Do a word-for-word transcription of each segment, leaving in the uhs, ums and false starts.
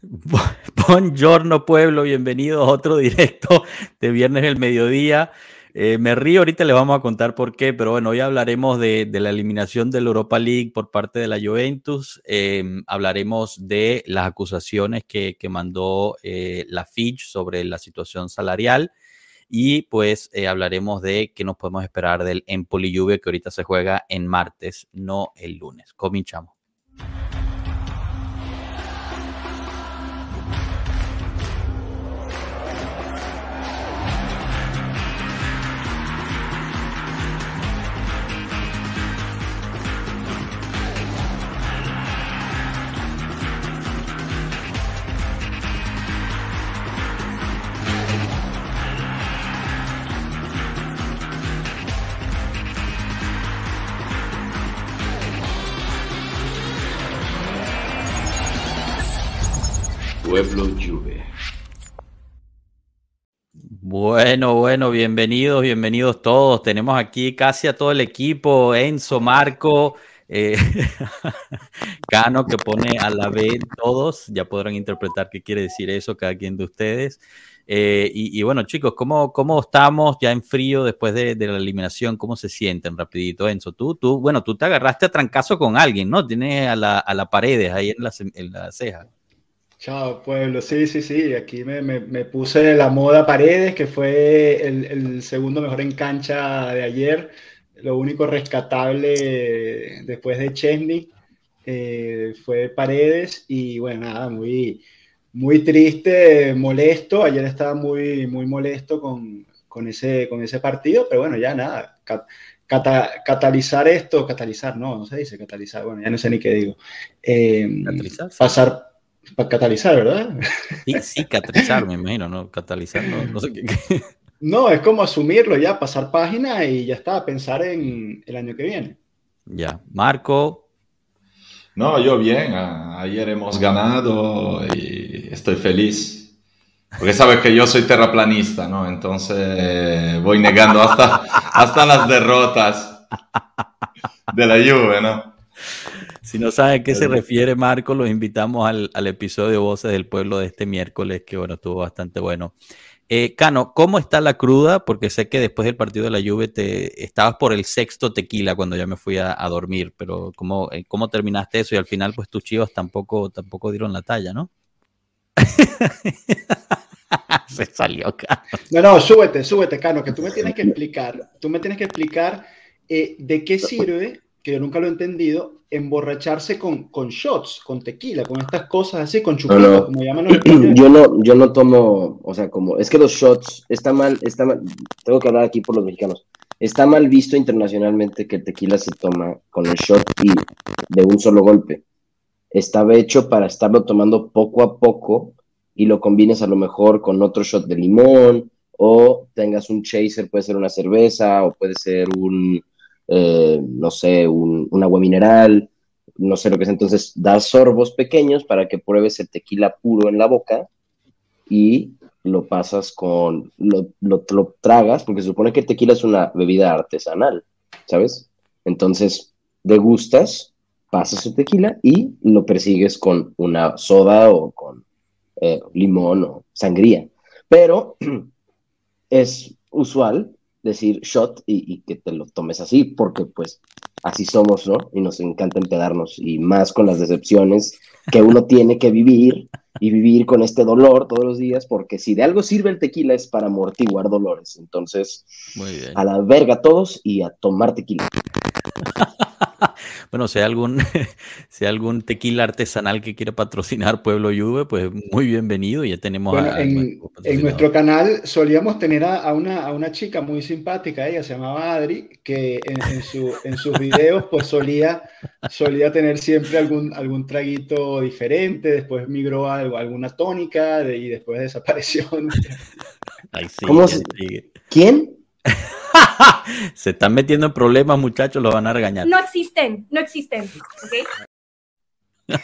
Buongiorno pueblo, bienvenidos a otro directo de viernes del mediodía. Eh, me río, ahorita les vamos a contar por qué, pero bueno, hoy hablaremos de, de la eliminación de la Europa League por parte de la Juventus. Eh, hablaremos de las acusaciones que, que mandó eh, la Fitch sobre la situación salarial y pues eh, hablaremos de qué nos podemos esperar del Empoli Juve, que ahorita se juega en martes, no el lunes. Cominchamos. Pueblo Juve. Bueno, bueno, bienvenidos, bienvenidos todos. Tenemos aquí casi a todo el equipo, Enzo, Marco, eh, Cano, que pone a la B todos. Ya podrán interpretar qué quiere decir eso cada quien de ustedes. Eh, y, y bueno, chicos, ¿cómo, cómo estamos ya en frío después de, de la eliminación? ¿Cómo se sienten? Rapidito, Enzo. Tú, tú, bueno, tú te agarraste a trancazo con alguien, ¿no? Tienes a la, a la Paredes ahí en la, en la ceja. Chao, pueblo. Sí, sí, sí. Aquí me, me, me puse la moda Paredes, que fue el, el segundo mejor en cancha de ayer. Lo único rescatable después de Chesney eh, fue Paredes. Y bueno, nada, muy, muy triste, molesto. Ayer estaba muy, muy molesto con, con, ese, con ese partido, pero bueno, ya nada. Cata, catalizar esto, catalizar, no, no se dice catalizar. Bueno, ya no sé ni qué digo. Eh, ¿Catalizar? Sí. Pasar. Para catalizar, ¿verdad? Sí, sí, catalizar, me imagino, ¿no? Catalizar, no, no sé qué, qué. No, es como asumirlo ya, pasar página y ya está, pensar en el año que viene. Ya, Marco. No, yo bien, a, ayer hemos ganado y estoy feliz. Porque sabes que yo soy terraplanista, ¿no? Entonces voy negando hasta, hasta las derrotas de la Juve, ¿no? Si no saben a qué se refiere Marco, los invitamos al, al episodio Voces del Pueblo de este miércoles, que bueno, estuvo bastante bueno. Eh, Cano, ¿cómo está la cruda? Porque sé que después del partido de la Juve te estabas por el sexto tequila cuando ya me fui a, a dormir, pero ¿cómo, eh, ¿cómo terminaste eso? Y al final, pues tus Chivas tampoco, tampoco dieron la talla, ¿no? Se salió, Cano. No, no, súbete, súbete, Cano, que tú me tienes que explicar, tú me tienes que explicar eh, de qué sirve, que yo nunca lo he entendido, emborracharse con, con shots, con tequila, con estas cosas así, con chupito, no, no. como llaman los españoles. Yo no, yo no tomo, o sea, como, es que los shots, está mal, está mal, tengo que hablar aquí por los mexicanos, está mal visto internacionalmente que el tequila se toma con el shot y de un solo golpe. Estaba hecho para estarlo tomando poco a poco y lo combines a lo mejor con otro shot de limón o tengas un chaser, puede ser una cerveza o puede ser un... Eh, no sé, un, un agua mineral, no sé lo que es. Entonces, das sorbos pequeños para que pruebes el tequila puro en la boca y lo pasas con, lo, lo, lo tragas, porque se supone que el tequila es una bebida artesanal, ¿sabes? Entonces, degustas, pasas el tequila y lo persigues con una soda o con eh, limón o sangría. Pero es usual decir shot y, y que te lo tomes así, porque pues así somos, ¿no? Y nos encanta empedarnos, y más con las decepciones que uno tiene que vivir, y vivir con este dolor todos los días, porque si de algo sirve el tequila es para amortiguar dolores. Entonces, muy bien, a la verga todos y a tomar tequila. Bueno, si hay algún, si hay algún tequila artesanal que quiera patrocinar Pueblo Juve, pues muy bienvenido. Ya tenemos bueno, a, en, a en nuestro canal solíamos tener a, a, una, a una chica muy simpática, ella se llamaba Adri, que en, en, su, en sus videos pues solía, solía tener siempre algún, algún traguito diferente, después migró a algo, alguna tónica de, y después desapareció. Ay, sí, ¿Cómo se... ¿Quién? Se están metiendo en problemas, muchachos, los van a regañar. No existen, no existen, ¿ok?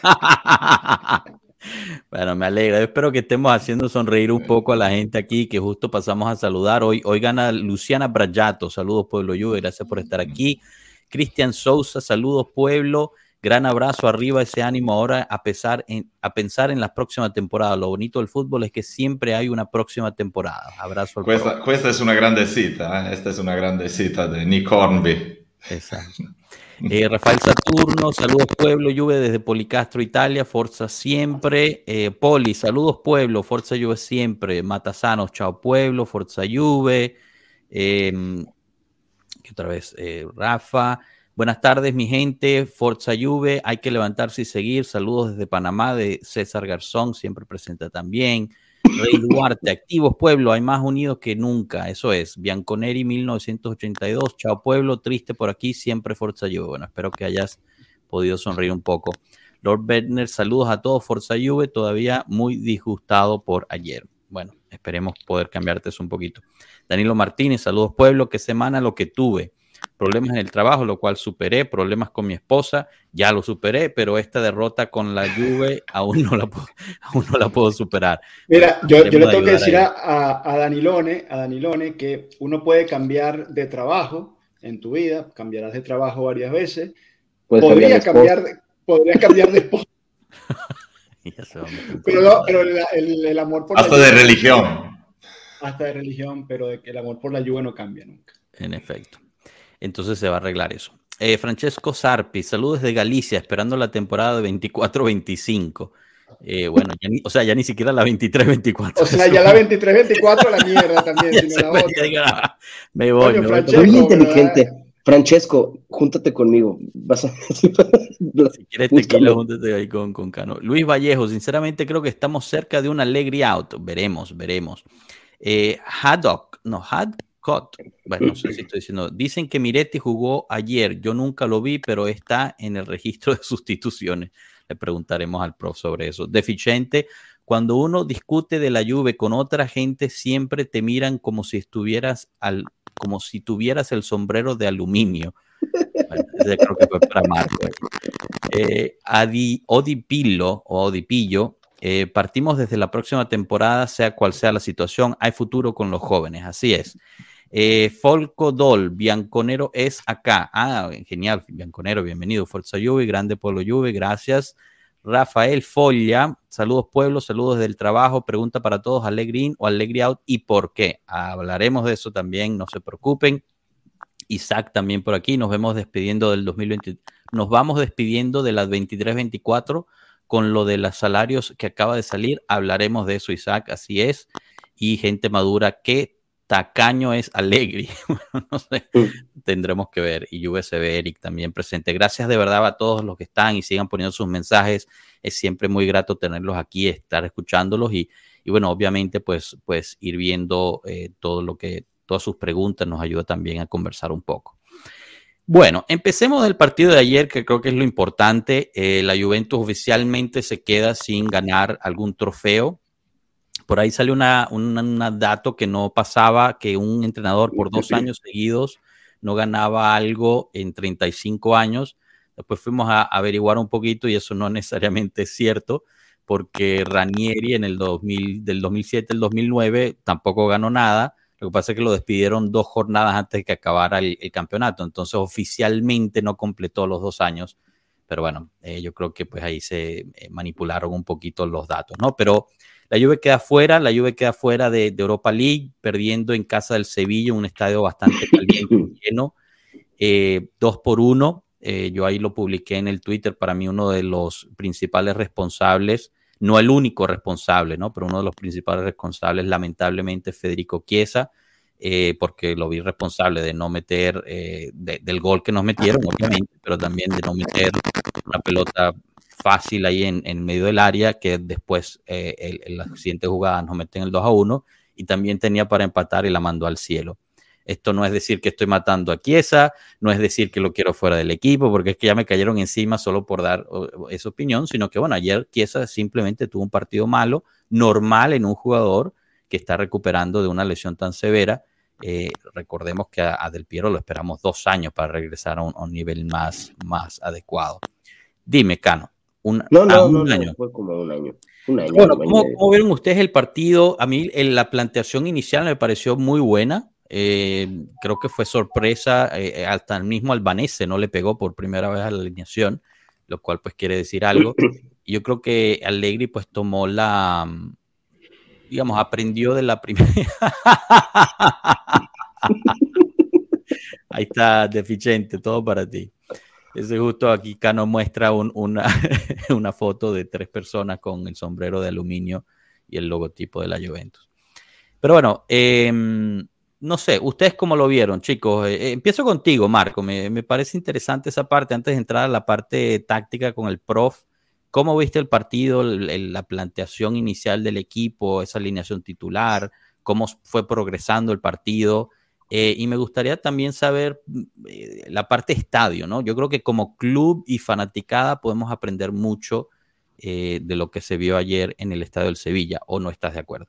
Bueno, me alegra. Yo espero que estemos haciendo sonreír un poco a la gente aquí, que justo pasamos a saludar. Hoy, hoy gana Luciana Brayato. Saludos, Pueblo Juve. Gracias por estar aquí. Cristian Sousa, saludos, Pueblo. Gran abrazo arriba, ese ánimo ahora a, pesar en, a pensar en la próxima temporada. Lo bonito del fútbol es que siempre hay una próxima temporada. Abrazo al Questa, questa es una grande cita, eh? Esta es una grande cita de Nick Hornby. Exacto. Eh, Rafael Saturno, saludos Pueblo, Juve desde Policastro, Italia, Forza siempre. Eh, Poli, saludos Pueblo, Forza Juve siempre. Matasanos, chao Pueblo, Forza Juve. Eh, ¿Qué otra vez? Eh, Rafa. Buenas tardes, mi gente. Forza Juve, hay que levantarse y seguir. Saludos desde Panamá, de César Garzón, siempre presente también. Rey Duarte, activos Pueblo, hay más unidos que nunca. Eso es. Bianconeri, mil novecientos ochenta y dos. Chao Pueblo, triste por aquí, siempre Forza Juve. Bueno, espero que hayas podido sonreír un poco. Lord Bedner, saludos a todos. Forza Juve, todavía muy disgustado por ayer. Bueno, esperemos poder cambiarte eso un poquito. Danilo Martínez, saludos Pueblo, qué semana lo que tuve. Problemas en el trabajo, lo cual superé, problemas con mi esposa, ya lo superé, pero esta derrota con la Juve aún no la puedo, aún no la puedo superar. Mira, yo, yo le tengo que decir a, a, a, Danilone, a Danilone que uno puede cambiar de trabajo en tu vida, cambiarás de trabajo varias veces, podría cambiar, de, podría cambiar de esposa. pero no, pero el, el, el amor por hasta la de Juve, religión. Hasta de religión, pero el amor por la Juve no cambia nunca. En efecto. Entonces se va a arreglar eso. Eh, Francesco Sarpi, saludos desde Galicia, esperando la temporada de veinticuatro veinticinco. Eh, bueno, ya ni, o sea, ya ni siquiera la veintitrés veinticuatro. O sea, ya la veintitrés veinticuatro la mierda también. Si no la otra. Me voy. Coño, me Francesco, voy. Muy inteligente. ¿Verdad? Francesco, júntate conmigo. Vas a... si quieres tequila, júntate ahí con, con Cano. Luis Vallejo, sinceramente creo que estamos cerca de un Allegri out. Veremos, veremos. Eh, Haddock, no, Haddock. Bueno, no sé si estoy diciendo. Dicen que Miretti jugó ayer. Yo nunca lo vi, pero está en el registro de sustituciones. Le preguntaremos al prof sobre eso. Deficiente. Cuando uno discute de la Juve con otra gente, siempre te miran como si estuvieras al, como si tuvieras el sombrero de aluminio. Bueno, ese creo que fue para Marco. Eh, Adi, Odipillo o Odipillo. Eh, partimos desde la próxima temporada, sea cual sea la situación. Hay futuro con los jóvenes. Así es. Eh, Folco Dol, Bianconero es acá. Ah, genial, Bianconero, bienvenido. Forza Juve, grande Pueblo Juve, gracias. Rafael Folla, saludos Pueblo, saludos del trabajo. Pregunta para todos, Allegri in o Allegri out y por qué. Hablaremos de eso también, no se preocupen. Isaac también por aquí. Nos vemos despidiendo del dos mil veinte. Nos vamos despidiendo de las veintitrés veinticuatro con lo de los salarios que acaba de salir. Hablaremos de eso, Isaac, así es. Y gente madura, ¿qué tacaño es Allegri? Bueno, no sé, tendremos que ver. Y Juve se ve, Eric también presente. Gracias de verdad a todos los que están y sigan poniendo sus mensajes. Es siempre muy grato tenerlos aquí, estar escuchándolos y, y bueno, obviamente pues, pues ir viendo eh, todo lo que, todas sus preguntas nos ayuda también a conversar un poco. Bueno, empecemos del partido de ayer, que creo que es lo importante. Eh, la Juventus oficialmente se queda sin ganar algún trofeo. Por ahí sale una, una, una dato que no pasaba, que un entrenador por dos años seguidos no ganaba algo en treinta y cinco años. Después fuimos a, a averiguar un poquito y eso no necesariamente es cierto, porque Ranieri en el dos mil, del dos mil siete al dos mil nueve tampoco ganó nada. Lo que pasa es que lo despidieron dos jornadas antes de que acabara el, el campeonato. Entonces oficialmente no completó los dos años. Pero bueno, eh, yo creo que pues ahí se eh, manipularon un poquito los datos, ¿no? Pero la Juve queda fuera, la Juve queda fuera de, de Europa League, perdiendo en casa del Sevilla, un estadio bastante caliente, lleno, eh, dos por uno. Eh, yo ahí lo publiqué en el Twitter, para mí uno de los principales responsables, no el único responsable, ¿no? Pero uno de los principales responsables, lamentablemente, Federico Chiesa, eh, porque lo vi responsable de no meter, eh, de, del gol que nos metieron, obviamente, pero también de no meter una pelota fácil ahí en, en medio del área, que después eh, el, en las siguientes jugadas nos meten el dos a uno, y también tenía para empatar y la mandó al cielo. Esto no es decir que estoy matando a Chiesa, no es decir que lo quiero fuera del equipo, porque es que ya me cayeron encima solo por dar esa opinión, sino que bueno, ayer Chiesa simplemente tuvo un partido malo, normal en un jugador que está recuperando de una lesión tan severa. Eh, recordemos que a, a Del Piero lo esperamos dos años para regresar a un, a un nivel más, más adecuado. Dime, Cano. Un, no, no, un no, año. no, fue como un año. Un año bueno, ¿cómo, ¿cómo vieron ustedes el partido? A mí el, la planteación inicial me pareció muy buena. Eh, creo que fue sorpresa. Eh, hasta el mismo Albanese no le pegó por primera vez a la alineación. lo cual pues quiere decir algo. Y yo creo que Allegri pues tomó la, digamos, aprendió de la primera... Ahí está, deficiente, todo para ti. Ese justo aquí Cano muestra un, una, una foto de tres personas con el sombrero de aluminio y el logotipo de la Juventus. Pero bueno, eh, no sé, ¿ustedes cómo lo vieron, chicos? Eh, empiezo contigo, Marco. Me, me parece interesante esa parte, antes de entrar a la parte táctica con el prof. ¿Cómo viste el partido, el, el, la planteación inicial del equipo, esa alineación titular? ¿Cómo fue progresando el partido? Eh, y me gustaría también saber eh, la parte estadio, ¿no? Yo creo que como club y fanaticada podemos aprender mucho eh, de lo que se vio ayer en el estadio del Sevilla, ¿o no estás de acuerdo?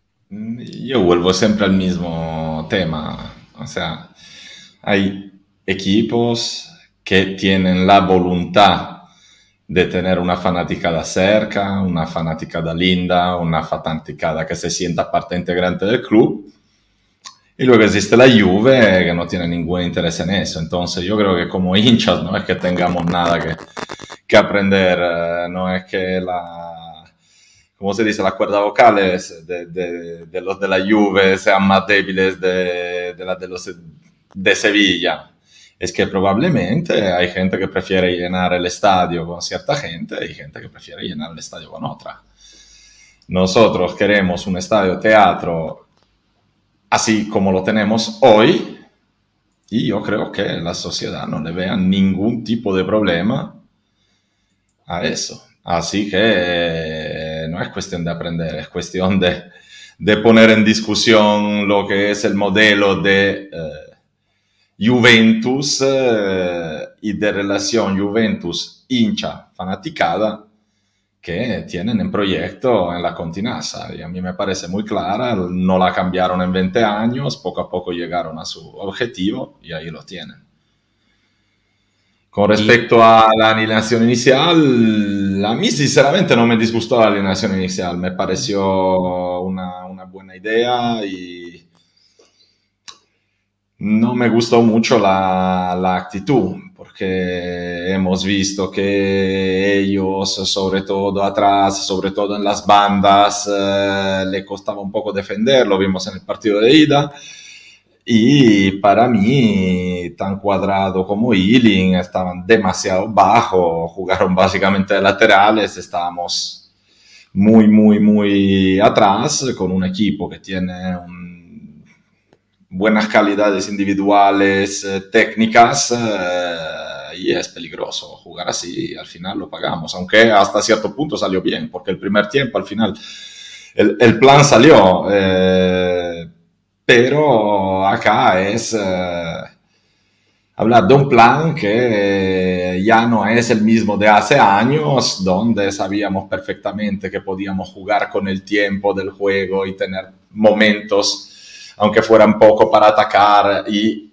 Yo vuelvo siempre al mismo tema. O sea, hay equipos que tienen la voluntad de tener una fanaticada cerca, una fanaticada linda, una fanaticada que se sienta parte integrante del club. Y luego existe la Juve que no tiene ningún interés en eso. Entonces yo creo que como hinchas no es que tengamos nada que, que aprender, no es que la, ¿cómo se dice? Las cuerdas vocales de, de, de los de la Juve sean más débiles de, de las de los de Sevilla. Es que probablemente hay gente que prefiere llenar el estadio con cierta gente y gente que prefiere llenar el estadio con otra. Nosotros queremos un estadio teatro así como lo tenemos hoy, y yo creo que la sociedad no le vea ningún tipo de problema a eso. Así que no es cuestión de aprender, es cuestión de, de poner en discusión lo que es el modelo de eh, Juventus eh, y de relación Juventus-hincha-fanaticada que tienen en proyecto en la Continasa, y a mí me parece muy clara, no la cambiaron en veinte años, poco a poco llegaron a su objetivo y ahí lo tienen. Con respecto a la alineación inicial, a mí sinceramente no me disgustó la alineación inicial, me pareció una, una buena idea y no me gustó mucho la, la actitud, porque hemos visto que ellos, sobre todo atrás, sobre todo en las bandas, eh, le costaba un poco defender, lo vimos en el partido de ida, y para mí, tan Cuadrado como Ealing estaban demasiado bajos, jugaron básicamente de laterales, estábamos muy, muy, muy atrás, con un equipo que tiene un buenas calidades individuales, eh, técnicas, eh, y es peligroso jugar así, y al final lo pagamos, aunque hasta cierto punto salió bien, porque el primer tiempo al final el, el plan salió, eh, pero acá es eh, hablar de un plan que ya no es el mismo de hace años, donde sabíamos perfectamente que podíamos jugar con el tiempo del juego y tener momentos, aunque fueran poco, para atacar y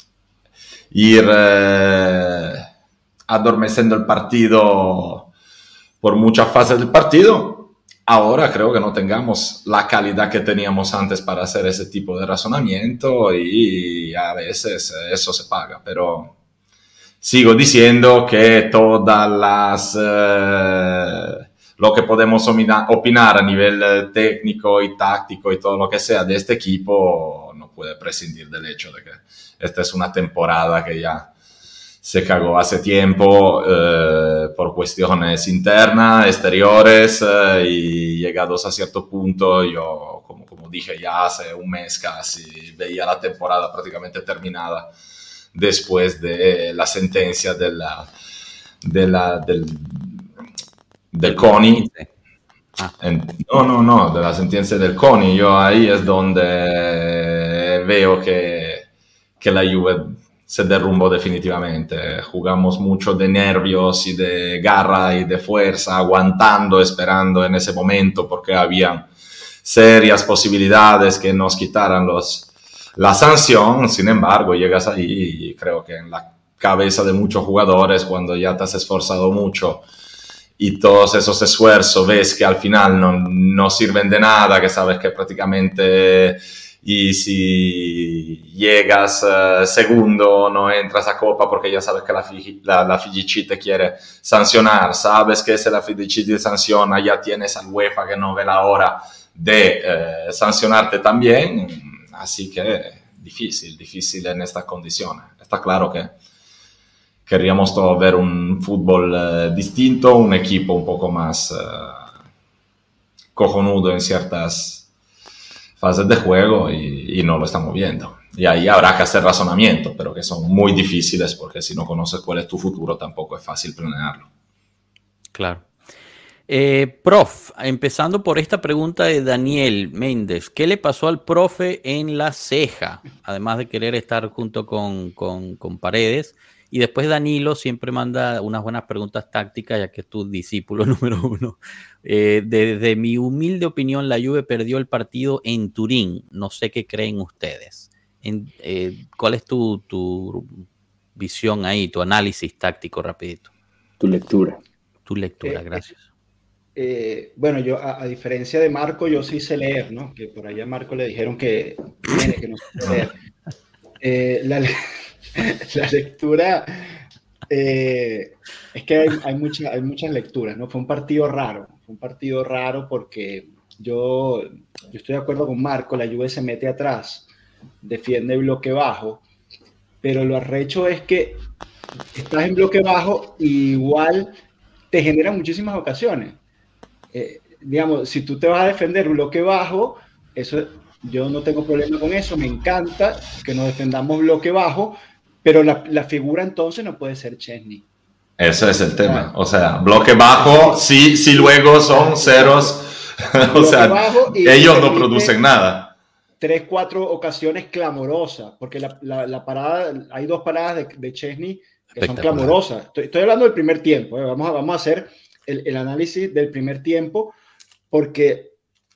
ir eh, adormeciendo el partido por muchas fases del partido. Ahora creo que no tengamos la calidad que teníamos antes para hacer ese tipo de razonamiento y a veces eso se paga, pero sigo diciendo que todas las... Eh, lo que podemos opinar a nivel técnico y táctico y todo lo que sea de este equipo no puede prescindir del hecho de que esta es una temporada que ya se cagó hace tiempo eh, por cuestiones internas, exteriores eh, y llegados a cierto punto, yo como, como dije ya hace un mes casi, veía la temporada prácticamente terminada después de la sentencia de la, de la, del del CONI, ah. no, no, no, de la sentencia del CONI, yo ahí es donde veo que, que la Juve se derrumbó definitivamente, jugamos mucho de nervios y de garra y de fuerza, aguantando, esperando en ese momento, porque había serias posibilidades que nos quitaran los, la sanción, sin embargo, llegas ahí y creo que en la cabeza de muchos jugadores, cuando ya te has esforzado mucho, y todos esos esfuerzos ves que al final no, no sirven de nada, que sabes que prácticamente y si llegas uh, segundo, no entras a Copa porque ya sabes que la, la, la F I G C te quiere sancionar, sabes que si la F I G C te sanciona, ya tienes al UEFA que no ve la hora de eh, sancionarte también, así que difícil, difícil en estas condiciones. Está claro que querríamos todos ver un fútbol eh, distinto, un equipo un poco más eh, cojonudo en ciertas fases de juego y, y no lo estamos viendo. Y ahí habrá que hacer razonamiento, pero que son muy difíciles porque si no conoces cuál es tu futuro tampoco es fácil planearlo. Claro. Eh, prof, empezando por esta pregunta de Daniel Méndez, ¿qué le pasó al profe en la ceja? Además de querer estar junto con, con, con Paredes. Y después Danilo siempre manda unas buenas preguntas tácticas, ya que es tu discípulo número uno. Eh, desde mi humilde opinión, la Juve perdió el partido en Turín. No sé qué creen ustedes. En, eh, ¿Cuál es tu, tu visión ahí, tu análisis táctico rapidito? Tu lectura. Tu lectura, Eh, gracias. Eh, bueno, yo a, a diferencia de Marco, yo sí sé leer, ¿no? Que por allá a Marco le dijeron que, que no sé leer. Eh, la, la lectura, eh, es que hay, hay, mucha, hay muchas lecturas, ¿no? Fue un partido raro, fue un partido raro porque yo, yo estoy de acuerdo con Marco, la Juve se mete atrás, defiende bloque bajo, pero lo arrecho es que estás en bloque bajo y igual te genera muchísimas ocasiones. Eh, digamos, si tú te vas a defender bloque bajo, eso, yo no tengo problema con eso, me encanta que nos defendamos bloque bajo, pero la, la figura entonces no puede ser Szczęsny. Ese es el tema, o sea, bloque bajo, sí, sí luego son ceros, o sea, ellos no producen nada. Tres, cuatro ocasiones clamorosas, porque la, la, la parada, hay dos paradas de, de Szczęsny que son clamorosas. Estoy, estoy hablando del primer tiempo, ¿eh? vamos, a, vamos a hacer el, el análisis del primer tiempo, porque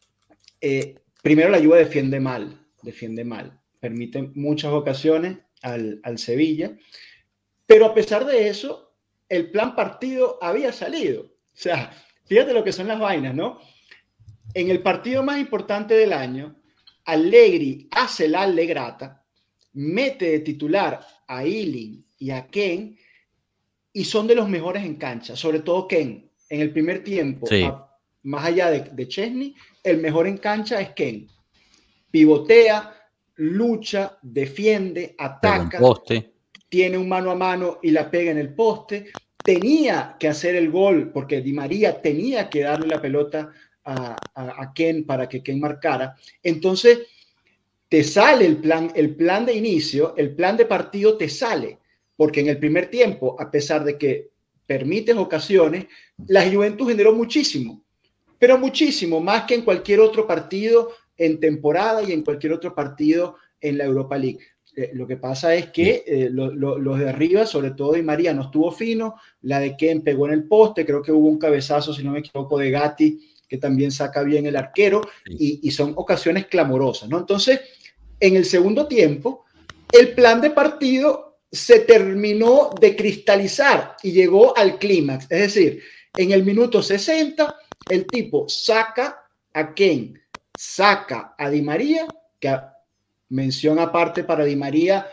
eh, primero la Juve defiende mal, defiende mal, permite muchas ocasiones al, al Sevilla, pero a pesar de eso, el plan partido había salido. O sea, fíjate lo que son las vainas, ¿no? En el partido más importante del año, Allegri hace la Allegrata, mete de titular a Ealing y a Ken, y son de los mejores en cancha, sobre todo Ken. En el primer tiempo, sí. a, más allá de, de Szczęsny, el mejor en cancha es Ken. Pivotea, lucha, defiende, ataca, poste. tiene un mano a mano y la pega en el poste. Tenía que hacer el gol porque Di María tenía que darle la pelota a, a, a Ken para que Ken marcara. Entonces, te sale el plan, el plan de inicio, el plan de partido te sale, porque en el primer tiempo, a pesar de que permites ocasiones, la Juventus generó muchísimo, pero muchísimo, más que en cualquier otro partido en temporada y en cualquier otro partido en la Europa League. Eh, lo que pasa es que eh, lo, lo, los de arriba, sobre todo Di María, no estuvo fino, la de Ken pegó en el poste, creo que hubo un cabezazo, si no me equivoco, de Gatti, que también saca bien el arquero, y, y son ocasiones clamorosas, ¿no? Entonces, en el segundo tiempo, el plan de partido se terminó de cristalizar y llegó al clímax. Es decir, en el minuto sesenta, el tipo saca a Ken, saca a Di María, que a, mención aparte para Di María,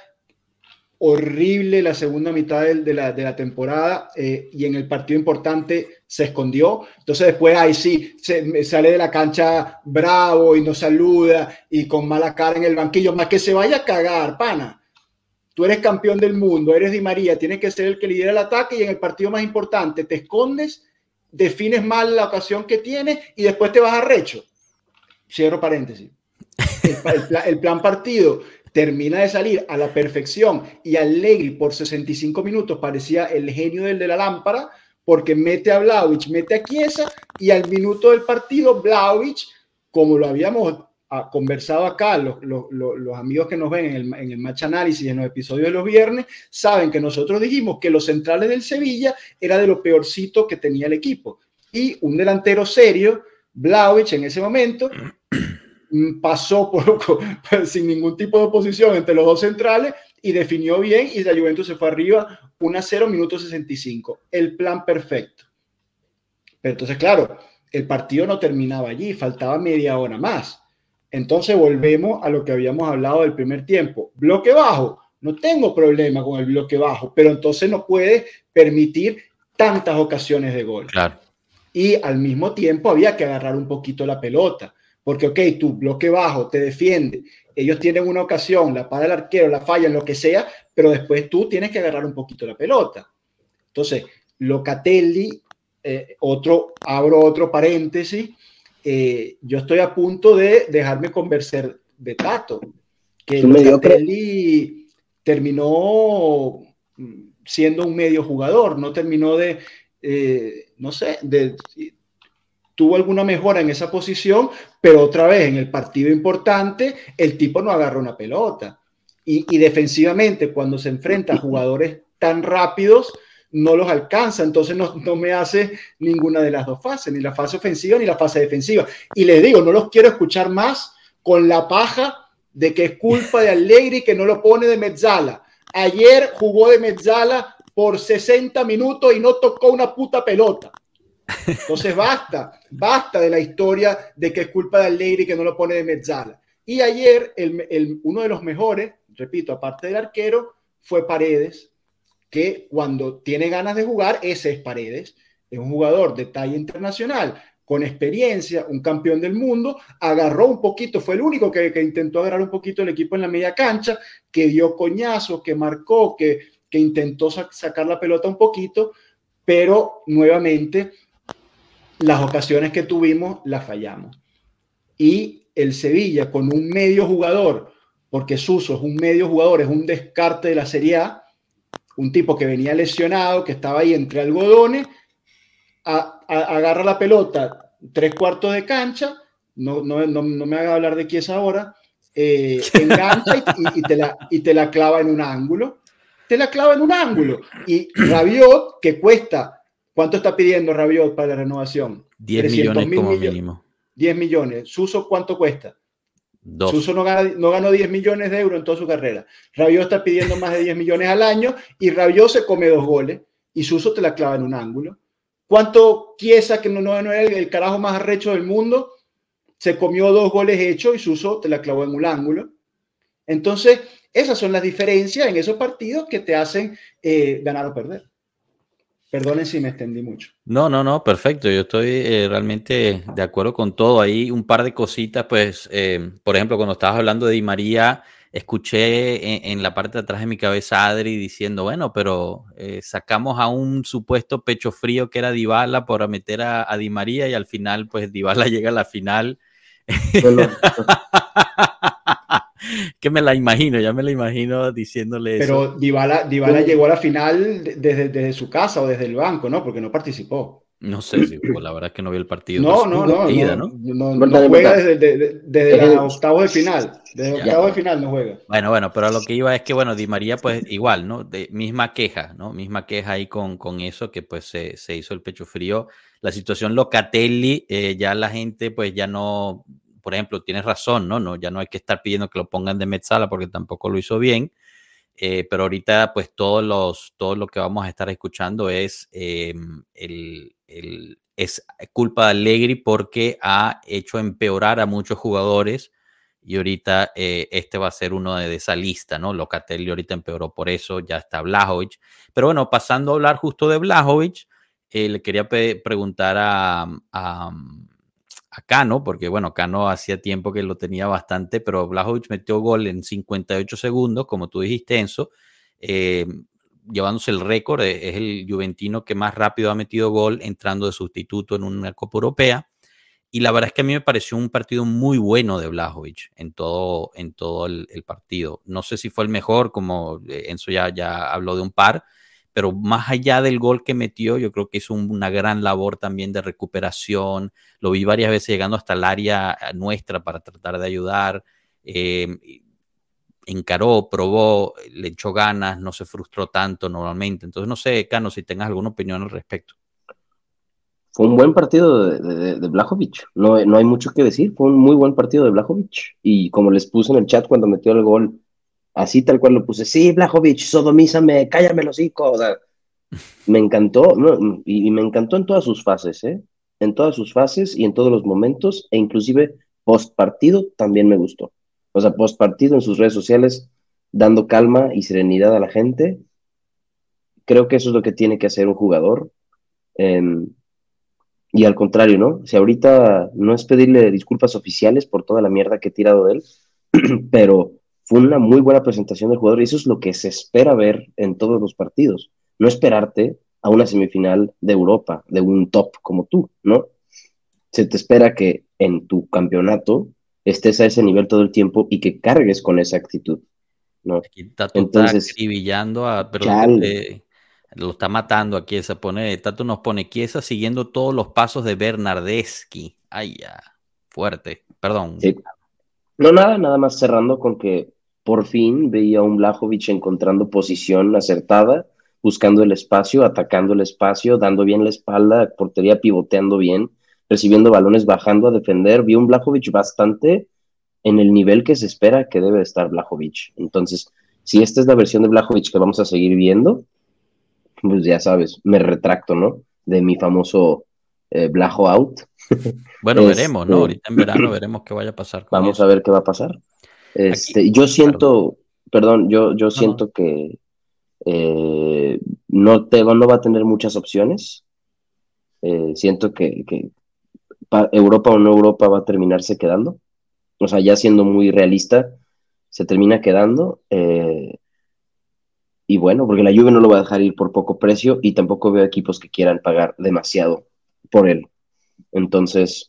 horrible la segunda mitad de, de, la, de la temporada, eh, y en el partido importante se escondió. Entonces después ahí sí se, sale de la cancha bravo y no saluda y con mala cara en el banquillo, más que se vaya a cagar, pana. Tú eres campeón del mundo, eres Di María, tienes que ser el que lidera el ataque y en el partido más importante te escondes, defines mal la ocasión que tienes y después te vas a recho. Cierro paréntesis. El, el, plan, el plan partido termina de salir a la perfección y Allegri por sesenta y cinco minutos parecía el genio del de la lámpara porque mete a Vlahovic, mete a Chiesa y al minuto del partido Vlahovic, como lo habíamos a, conversado acá, los, los, los amigos que nos ven en el, en el Match Análisis en los episodios de los viernes, saben que nosotros dijimos que los centrales del Sevilla era de lo peorcito que tenía el equipo y un delantero serio, Vlahovic en ese momento pasó por, por, sin ningún tipo de oposición entre los dos centrales y definió bien y la Juventus se fue arriba uno a cero, minuto sesenta y cinco. El plan perfecto. Pero entonces, claro, el partido no terminaba allí, faltaba media hora más. Entonces volvemos a lo que habíamos hablado del primer tiempo. Bloque bajo, no tengo problema con el bloque bajo, pero entonces no puedes permitir tantas ocasiones de gol. Claro. Y al mismo tiempo había que agarrar un poquito la pelota, porque ok, tu bloque bajo te defiende, ellos tienen una ocasión, la para el arquero, la falla, lo que sea, pero después tú tienes que agarrar un poquito la pelota. Entonces, Locatelli, eh, otro, abro otro paréntesis, eh, yo estoy a punto de dejarme convencer de Tato, que Locatelli terminó siendo un medio jugador, no terminó de, eh, no sé, de, tuvo alguna mejora en esa posición, pero otra vez en el partido importante, el tipo no agarra una pelota. Y, y defensivamente, cuando se enfrenta a jugadores tan rápidos, no los alcanza, entonces no, no me hace ninguna de las dos fases, ni la fase ofensiva ni la fase defensiva. Y les digo, no los quiero escuchar más con la paja de que es culpa de Allegri que no lo pone de Mezzala. Ayer jugó de Mezzala por sesenta minutos y no tocó una puta pelota. Entonces basta, basta de la historia de que es culpa de Allegri que no lo pone de Mezzala. Y ayer el, el, uno de los mejores, repito, aparte del arquero, fue Paredes, que cuando tiene ganas de jugar, ese es Paredes. Es un jugador de talla internacional, con experiencia, un campeón del mundo, agarró un poquito, fue el único que, que intentó agarrar un poquito el equipo en la media cancha, que dio coñazos, que marcó, que, que intentó sac sacar la pelota un poquito, pero nuevamente las ocasiones que tuvimos las fallamos. Y el Sevilla con un medio jugador, porque Suso es un medio jugador, es un descarte de la Serie A, un tipo que venía lesionado, que estaba ahí entre algodones, a, a, agarra la pelota tres cuartos de cancha, no, no, no, no me haga hablar de quién es ahora, eh, engancha y, y, te la, y te la clava en un ángulo, te la clava en un ángulo. Y Rabiot, que cuesta, ¿cuánto está pidiendo Rabiot para la renovación? diez millones como mínimo. diez millones. Suso, ¿cuánto cuesta? Dos. Suso no, gana, no ganó diez millones de euros en toda su carrera. Rabiot está pidiendo más de diez millones al año y Rabiot se come dos goles y Suso te la clava en un ángulo. ¿Cuánto Chiesa, que no, no, no era el, el carajo más arrecho del mundo, se comió dos goles hechos y Suso te la clavó en un ángulo? Entonces, esas son las diferencias en esos partidos que te hacen eh, ganar o perder. Perdonen si me extendí mucho. No, no, no, perfecto. Yo estoy eh, realmente de acuerdo con todo. Ahí un par de cositas, pues, eh, por ejemplo, cuando estabas hablando de Di María, escuché en, en la parte de atrás de mi cabeza a Adri diciendo, bueno, pero eh, sacamos a un supuesto pecho frío que era Dybala para meter a, a Di María y al final, pues, Dybala llega a la final. Bueno. Que me la imagino, ya me la imagino diciéndole pero eso. Dybala, Dybala llegó a la final desde, desde su casa o desde el banco, ¿no? Porque no participó. No sé si jugó, la verdad es que no vi el partido. No, no, no, ida, no, no, no, no juega desde, desde, desde los octavos de final. Desde octavos de final no juega. Bueno, bueno, pero a lo que iba es que, bueno, Di María, pues igual, ¿no? De, misma queja, ¿no? Misma queja ahí con, con eso, que pues se, se hizo el pecho frío. La situación Locatelli, eh, ya la gente, pues ya no, por ejemplo, tienes razón, ¿no? no ya no hay que estar pidiendo que lo pongan de Mezzala porque tampoco lo hizo bien. Eh, pero ahorita, pues todos los, todo lo que vamos a estar escuchando es eh, el, el es culpa de Allegri porque ha hecho empeorar a muchos jugadores y ahorita eh, este va a ser uno de, de esa lista, ¿no? Locatelli ahorita empeoró por eso, ya está Vlahovic. Pero bueno, pasando a hablar justo de Vlahovic, eh, le quería pe- preguntar a, a, a Cano, porque bueno, Cano hacía tiempo que lo tenía bastante, pero Vlahovic metió gol en cincuenta y ocho segundos, como tú dijiste, Enzo, eh, llevándose el récord, es el juventino que más rápido ha metido gol entrando de sustituto en una Copa Europea. Y la verdad es que a mí me pareció un partido muy bueno de Vlahovic en todo, en todo el, el partido. No sé si fue el mejor, como Enzo ya, ya habló de un par, pero más allá del gol que metió, yo creo que hizo una gran labor también de recuperación. Lo vi varias veces llegando hasta el área nuestra para tratar de ayudar. Eh, encaró, probó, le echó ganas, no se frustró tanto normalmente. Entonces, no sé, Cano, si tengas alguna opinión al respecto. Fue un buen partido de, de, de Vlahovic, no, no hay mucho que decir, fue un muy buen partido de Vlahovic. Y como les puse en el chat cuando metió el gol, así tal cual lo puse, sí, Vlahovic, sodomízame, cállame el hocico. O sea, me encantó, no, y, y me encantó en todas sus fases, ¿eh? En todas sus fases y en todos los momentos, e inclusive post partido también me gustó. O sea, post partido en sus redes sociales, dando calma y serenidad a la gente. Creo que eso es lo que tiene que hacer un jugador. Eh, y al contrario, ¿no? Si ahorita no es pedirle disculpas oficiales por toda la mierda que he tirado de él, pero fue una muy buena presentación del jugador y eso es lo que se espera ver en todos los partidos. No esperarte a una semifinal de Europa, de un top como tú, ¿no? Se te espera que en tu campeonato estés a ese nivel todo el tiempo y que cargues con esa actitud, ¿no? Aquí Tato Entonces, está acribillando a, perdón, chale. que te- lo está matando aquí. Se pone, Tato nos pone Chiesa siguiendo todos los pasos de Bernardeschi. Ay, ya, fuerte. Perdón. Sí. No, nada, nada más cerrando con que por fin veía a un Vlahovic encontrando posición acertada, buscando el espacio, atacando el espacio, dando bien la espalda, portería pivoteando bien, recibiendo balones, bajando a defender. Vi un Vlahovic bastante en el nivel que se espera que debe estar Vlahovic. Entonces, si esta es la versión de Vlahovic que vamos a seguir viendo, pues ya sabes, me retracto, ¿no? De mi famoso eh, Vlaho out. Bueno, Este, veremos, ¿no? Ahorita en verano veremos qué vaya a pasar con Vamos eso. a ver qué va a pasar. Este, Aquí, yo siento, perdón, yo, yo no, no. siento que eh, no, te, no va a tener muchas opciones. Eh, siento que, que pa- Europa o no Europa va a terminarse quedando. O sea, ya siendo muy realista, se termina quedando. eh, y bueno, porque la Juve no lo va a dejar ir por poco precio y tampoco veo equipos que quieran pagar demasiado por él. Entonces,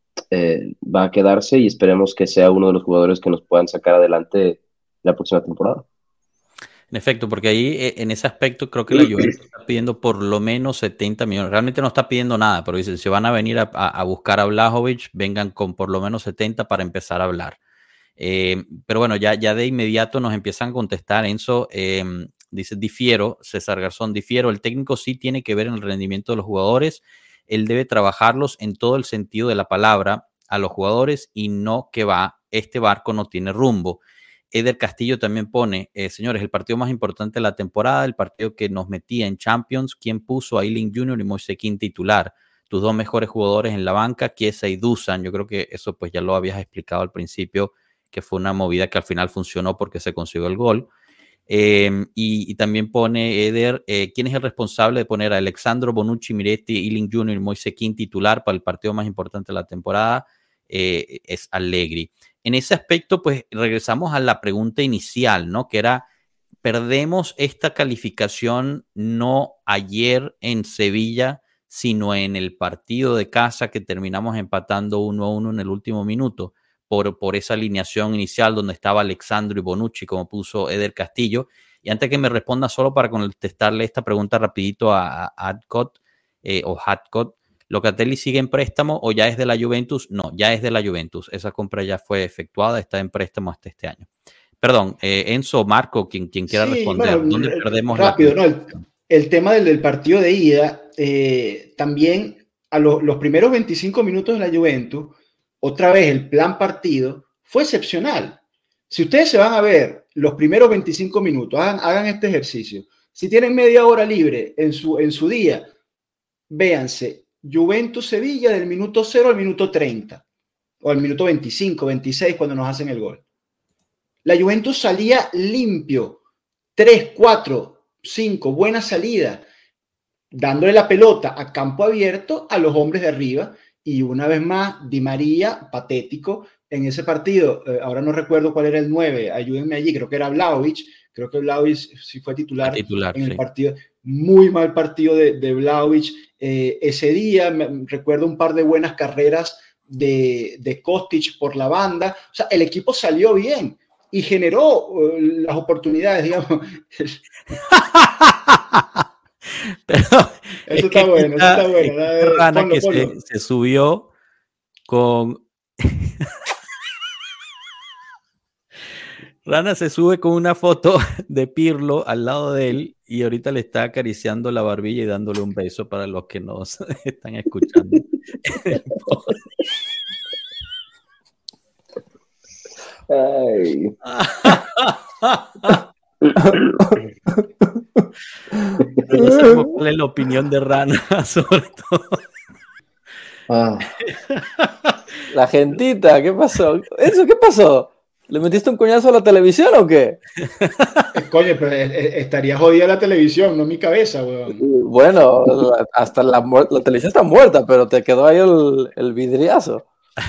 eh, va a quedarse y esperemos que sea uno de los jugadores que nos puedan sacar adelante la próxima temporada. En efecto, porque ahí eh, en ese aspecto creo que la Juventus está pidiendo por lo menos setenta millones. Realmente no está pidiendo nada, pero dicen, si van a venir a, a- a buscar a Vlahovic, vengan con por lo menos setenta para empezar a hablar. Eh, pero bueno, ya, ya de inmediato nos empiezan a contestar. Enzo eh, dice, difiero, César Garzón, difiero, el técnico sí tiene que ver en el rendimiento de los jugadores, él debe trabajarlos en todo el sentido de la palabra a los jugadores y no que va, este barco no tiene rumbo. Eder Castillo también pone, eh, señores, el partido más importante de la temporada, el partido que nos metía en Champions, ¿quién puso a Ayling junior y Moise Kean titular? Tus dos mejores jugadores en la banca, Chiesa y Dusan. Yo creo que eso pues ya lo habías explicado al principio, que fue una movida que al final funcionó porque se consiguió el gol. Eh, y, y también pone Eder, eh, ¿quién es el responsable de poner a Alexandro Bonucci, Miretti, Ayling junior y Moise Kean titular para el partido más importante de la temporada? Eh, es Allegri. En ese aspecto, pues regresamos a la pregunta inicial, ¿no? Que era, perdemos esta calificación no ayer en Sevilla, sino en el partido de casa que terminamos empatando uno a uno en el último minuto, por, por esa alineación inicial donde estaba Alexandro y Bonucci, como puso Eder Castillo. Y antes que me responda, solo para contestarle esta pregunta rapidito a, a Adcott, eh, o Hadcott, ¿Locatelli sigue en préstamo o ya es de la Juventus? No, ya es de la Juventus. Esa compra ya fue efectuada, está en préstamo hasta este año. Perdón, eh, Enzo, Marco, quien, quien quiera Sí, responder. bueno, ¿Dónde r- perdemos rápido, la ¿no? El, el tema del, del partido de ida, eh, también a lo- los primeros veinticinco minutos de la Juventus, otra vez el plan partido fue excepcional. Si ustedes se van a ver los primeros veinticinco minutos, hagan, hagan este ejercicio. Si tienen media hora libre en su, en su día, véanse Juventus-Sevilla del minuto cero al minuto treinta, o al minuto veinticinco, veintiséis, cuando nos hacen el gol. La Juventus salía limpio, tres, cuatro, cinco, buena salida, dándole la pelota a campo abierto a los hombres de arriba, y una vez más, Di María, patético, en ese partido, eh, ahora no recuerdo cuál era el nueve, ayúdenme allí, creo que era Vlahovic, creo que Vlahovic sí fue titular, titular? en el Sí. partido, muy mal partido de, de Vlahovic, eh, ese día, me, recuerdo un par de buenas carreras de, de Kostic por la banda, o sea, el equipo salió bien, y generó uh, las oportunidades, digamos. Pero es Eso que está bueno, eso está bueno. está Eh, Rana ponlo, que ponlo. se, se subió con... Rana se sube con una foto de Pirlo al lado de él y ahorita le está acariciando la barbilla y dándole un beso para los que nos están escuchando. Ay. Pero no sabemos cuál es la opinión de Rana sobre todo. Ah. La gentita, ¿qué pasó? ¿Eso qué pasó? ¿Le metiste un coñazo a la televisión o qué? Coño, pero estaría jodida la televisión, no mi cabeza, weón. Bueno, hasta la, la televisión está muerta, pero te quedó ahí el, el vidriazo.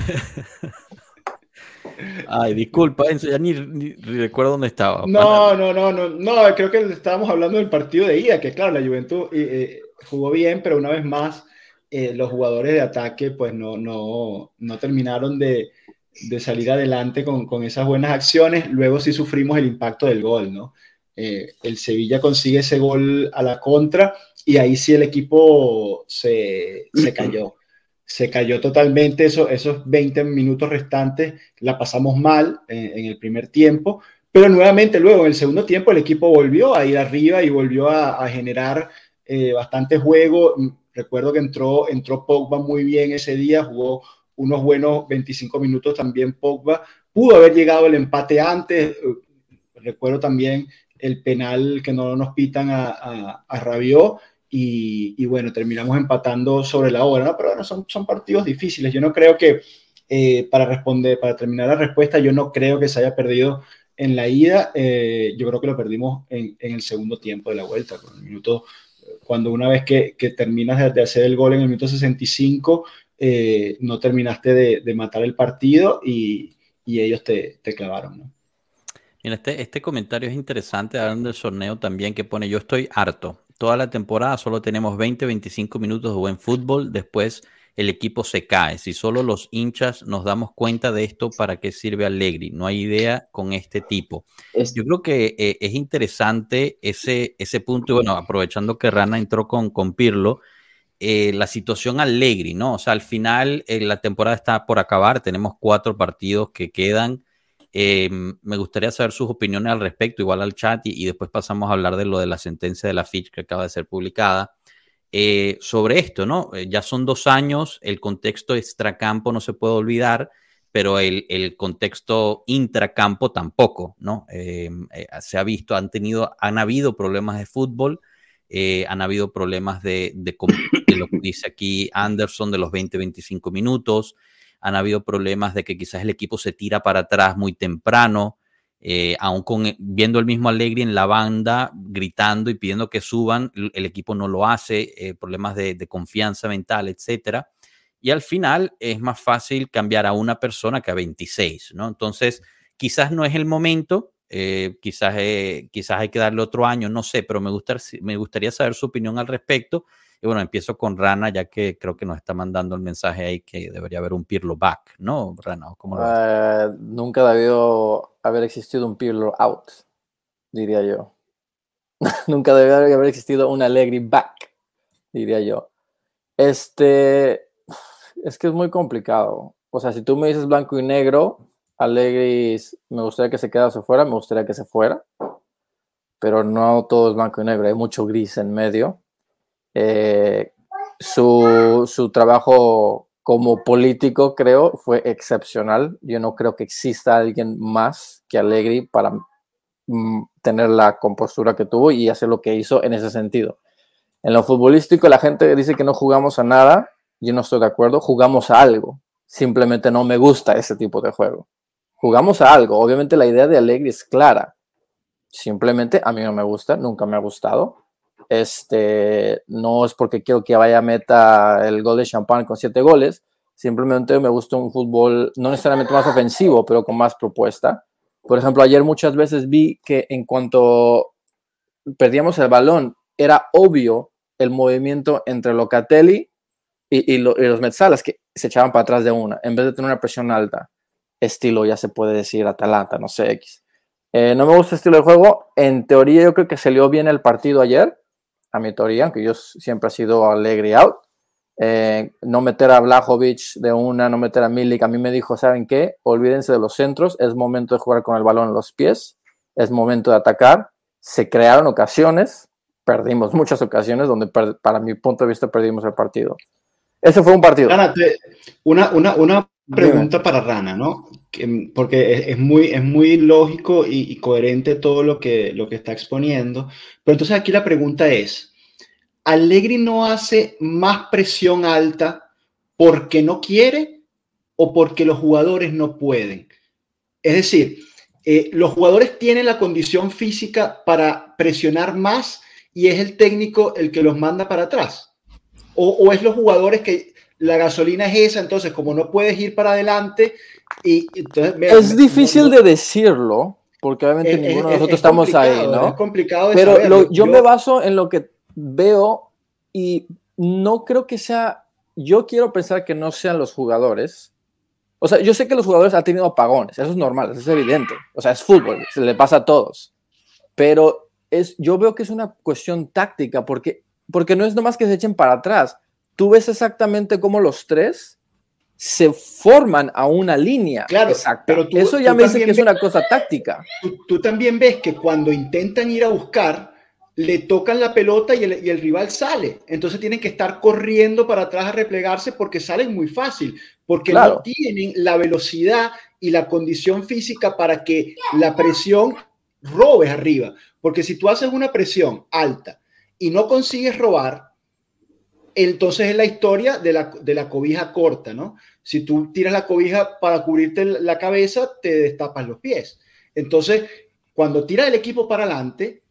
Ay, disculpa, Enzo, ya ni, ni recuerdo dónde estaba. No, no, no, no, no, creo que estábamos hablando del partido de ida, que claro, la Juventud eh, jugó bien, pero una vez más eh, los jugadores de ataque pues no, no, no terminaron de, de salir adelante con, con esas buenas acciones. Luego sí sufrimos el impacto del gol, ¿no? Eh, el Sevilla consigue ese gol a la contra y ahí sí el equipo se, se cayó. Se cayó totalmente eso, esos veinte minutos restantes, la pasamos mal en, en el primer tiempo, pero nuevamente luego en el segundo tiempo el equipo volvió a ir arriba y volvió a, a generar eh, bastante juego. Recuerdo que entró, entró Pogba muy bien ese día, jugó unos buenos veinticinco minutos también Pogba, pudo haber llegado el empate antes. Recuerdo también el penal que no nos pitan a, a, a Rabiot. Y, y bueno, terminamos empatando sobre la hora, ¿no? Pero bueno, son, son partidos difíciles. Yo no creo que, eh, para responder, para terminar la respuesta, yo no creo que se haya perdido en la ida. Eh, yo creo que lo perdimos en, en el segundo tiempo de la vuelta, con el minuto, cuando una vez que, que terminas de, de hacer el gol en el minuto sesenta y cinco, eh, no terminaste de, de matar el partido y, y ellos te, te clavaron, ¿no? Mira, este, este comentario es interesante, hablando del sorneo también, que pone: yo estoy harto. Toda la temporada solo tenemos veinte, veinticinco minutos de buen fútbol, después el equipo se cae. Si solo los hinchas nos damos cuenta de esto, ¿para qué sirve Allegri? No hay idea con este tipo. Es- Yo creo que eh, es interesante ese, ese punto, y bueno, aprovechando que Rana entró con, con Pirlo, eh, la situación Allegri, ¿no? O sea, al final eh, la temporada está por acabar, tenemos cuatro partidos que quedan. Eh, me gustaría saber sus opiniones al respecto, igual al chat, y, y después pasamos a hablar de lo de la sentencia de la Fitch que acaba de ser publicada. Eh, sobre esto, ¿no? Eh, ya son dos años, el contexto extracampo no se puede olvidar, pero el, el contexto intracampo tampoco, ¿no? Eh, eh, se ha visto, han tenido, han habido problemas de fútbol, eh, han habido problemas de, de, de lo que dice aquí Anderson, de los veinte, veinticinco minutos. Han habido problemas de que quizás el equipo se tira para atrás muy temprano, eh, aún con, viendo el mismo Allegri en la banda gritando y pidiendo que suban, el equipo no lo hace, eh, problemas de, de confianza mental, etcétera. Y al final es más fácil cambiar a una persona que a veintiséis, ¿no? Entonces, quizás no es el momento, eh, quizás, eh, quizás hay que darle otro año, no sé, pero me, gusta, me gustaría saber su opinión al respecto. Y bueno, empiezo con Rana, ya que creo que nos está mandando el mensaje ahí que debería haber un Pirlo back, ¿no, Rana? ¿Cómo lo ves? Uh, nunca debió haber existido un Pirlo out, diría yo. Nunca debió haber existido un Allegri back, diría yo. Este, es que es muy complicado. O sea, si tú me dices blanco y negro, Allegri me gustaría que se quedase fuera, me gustaría que se fuera, pero no todo es blanco y negro, hay mucho gris en medio. Eh, su, su trabajo como político, creo, fue excepcional. Yo no creo que exista alguien más que Allegri para mm, tener la compostura que tuvo y hacer lo que hizo en ese sentido. En lo futbolístico, la gente dice que no jugamos a nada. Yo no estoy de acuerdo. Jugamos a algo. Simplemente no me gusta ese tipo de juego. Jugamos a algo. Obviamente la idea de Allegri es clara. Simplemente a mí no me gusta, nunca me ha gustado. Este, no es porque quiero que vaya a meta el gol de champán con siete goles, simplemente me gusta un fútbol no necesariamente más ofensivo, pero con más propuesta. Por ejemplo, ayer muchas veces vi que en cuanto perdíamos el balón, era obvio el movimiento entre Locatelli y, y, lo, y los Metsalas, que se echaban para atrás de una, en vez de tener una presión alta, estilo, ya se puede decir, Atalanta, no sé, X. Eh, no me gusta el estilo de juego. En teoría yo creo que salió bien el partido ayer, a mi teoría, aunque yo siempre he sido Allegri out. Eh, no meter a Vlahovic de una, no meter a Milik. A mí me dijo, ¿saben qué? Olvídense de los centros, es momento de jugar con el balón en los pies, es momento de atacar. Se crearon ocasiones, perdimos muchas ocasiones donde para mi punto de vista perdimos el partido. Ese fue un partido. Rana, te, una, una, una pregunta Dime. para Rana, ¿no? Que, porque es, es, muy, es muy lógico y, y coherente todo lo que, lo que está exponiendo. Pero entonces aquí la pregunta es, ¿Allegri no hace más presión alta porque no quiere o porque los jugadores no pueden? Es decir, eh, los jugadores tienen la condición física para presionar más y es el técnico el que los manda para atrás. O, o es los jugadores que la gasolina es esa, entonces como no puedes ir para adelante y entonces... Mira, es difícil no, no, de decirlo, porque obviamente es, ninguno de nosotros es estamos ahí, ¿no? Es complicado de Pero saber. Lo, yo, yo me baso en lo que veo y no creo que sea... Yo quiero pensar que no sean los jugadores. O sea, yo sé que los jugadores han tenido apagones, eso es normal, eso es evidente. O sea, es fútbol, se le pasa a todos. Pero es, yo veo que es una cuestión táctica, porque, porque no es nomás que se echen para atrás. Tú ves exactamente cómo los tres se forman a una línea. Claro, exacta. Pero tú, eso ya tú me dice que ves, es una cosa táctica. Tú, tú también ves que cuando intentan ir a buscar, le tocan la pelota y el, y el rival sale. Entonces tienen que estar corriendo para atrás a replegarse porque salen muy fácil, porque claro. no tienen la velocidad y la condición física para que la presión robes arriba. Porque si tú haces una presión alta y no consigues robar, entonces es la historia de la, de la cobija corta, ¿no? Si tú tiras la cobija para cubrirte la cabeza, te destapas los pies. Entonces, cuando tira el equipo para adelante,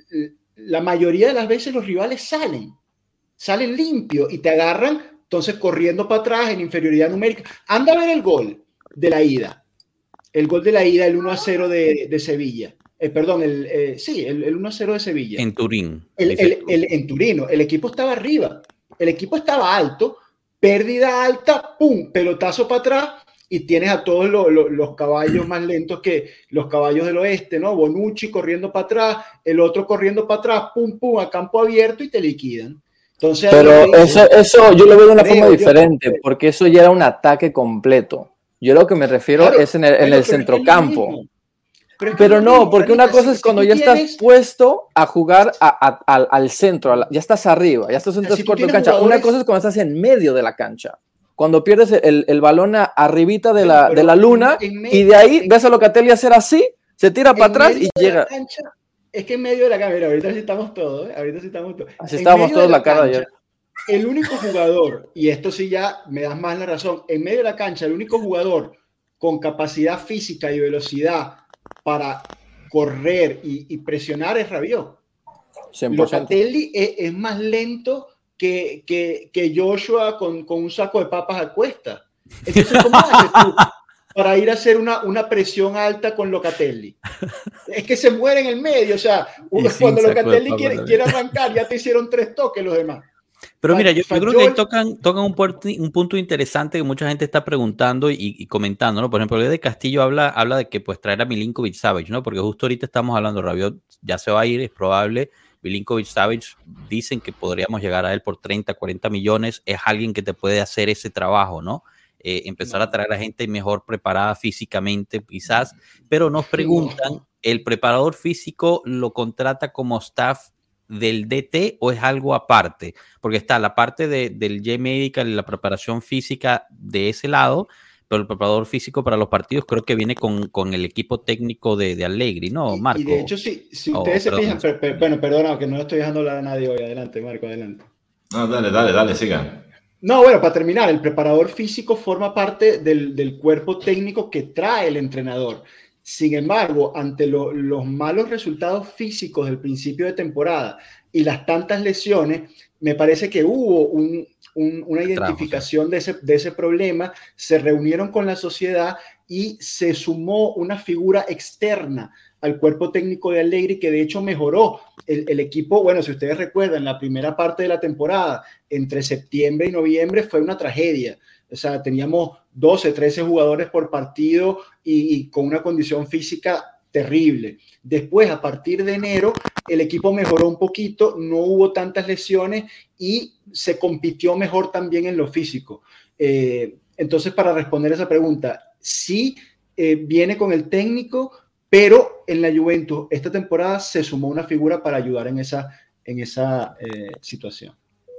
la mayoría de las veces los rivales salen, salen limpios y te agarran, entonces corriendo para atrás en inferioridad numérica. Anda a ver el gol de la ida, el gol de la ida, el uno a cero de, de Sevilla. Eh, perdón, el, eh, sí, el, el uno a cero de Sevilla. En Turín. El, el, el, en Turino, el equipo estaba arriba, el equipo estaba alto, pérdida alta, pum, pelotazo para atrás, y tienes a todos los, los, los caballos más lentos que los caballos del oeste, ¿no? Bonucci corriendo para atrás, el otro corriendo para atrás, pum, pum, a campo abierto y te liquidan. Entonces, pero dice, eso, eso yo lo veo de una forma yo, diferente, porque eso ya era un ataque completo. Yo lo que me refiero claro, es en el, en el centrocampo. Pero, pero no, porque una cosa es cuando si ya tienes... estás puesto a jugar a, a, a, al centro, a la, ya estás arriba, ya estás en tres cuartos de cancha. Jugadores... Una cosa es cuando estás en medio de la cancha. Cuando pierdes el, el balón a, arribita de la, de la luna en, en medio, y de ahí en, ves a Locatelli hacer así, se tira para atrás y llega. Cancha, es que en medio de la cancha, mira, ahorita sí estamos todos, ¿eh? ahorita sí estamos todos. Así estábamos todos la, la cara ayer. El único jugador, y esto sí ya me das más la razón, en medio de la cancha, el único jugador con capacidad física y velocidad para correr y, y presionar es Rabiot. cien por ciento. Locatelli es, es más lento que, que, que Joshua con, con un saco de papas a cuesta. Entonces, ¿cómo haces tú para ir a hacer una, una presión alta con Locatelli? Es que se muere en el medio. O sea, cuando Locatelli quiere, quiere arrancar, ya te hicieron tres toques los demás. Pero mira, yo, yo creo que ahí tocan, tocan un, puerto, un punto interesante que mucha gente está preguntando y, y comentando, ¿no? Por ejemplo, el de Castillo habla, habla de que pues traer a Milinkovic-Savic, ¿no? Porque justo ahorita estamos hablando, Rabiot ya se va a ir, es probable. Milinkovic-Savic dicen que podríamos llegar a él por treinta, cuarenta millones. Es alguien que te puede hacer ese trabajo, ¿no? Eh, empezar a traer a gente mejor preparada físicamente, quizás. Pero nos preguntan, ¿el preparador físico lo contrata como staff del D T o es algo aparte? Porque está la parte de, del J-Medical y la preparación física de ese lado, pero el preparador físico para los partidos creo que viene con, con el equipo técnico de, de Allegri, ¿no, Marco? Y, y de hecho, sí, si ustedes oh, se fijan, per, per, bueno, perdona, que no estoy dejando hablar a nadie hoy. Adelante, Marco, adelante. No, dale, dale, dale, sigan. No, bueno, para terminar, el preparador físico forma parte del, del cuerpo técnico que trae el entrenador. Sin embargo, ante lo, los malos resultados físicos del principio de temporada y las tantas lesiones, me parece que hubo un, un, una identificación de ese, de ese problema, se reunieron con la sociedad y se sumó una figura externa al cuerpo técnico de Allegri que de hecho mejoró el, el equipo. Bueno, si ustedes recuerdan, la primera parte de la temporada, entre septiembre y noviembre, fue una tragedia. O sea, teníamos doce, trece jugadores por partido y, y con una condición física terrible. Después, a partir de enero, el equipo mejoró un poquito, no hubo tantas lesiones y se compitió mejor también en lo físico. Eh, entonces, para responder esa pregunta, sí eh, viene con el técnico, pero en la Juventus esta temporada se sumó una figura para ayudar en esa, en esa eh, situación.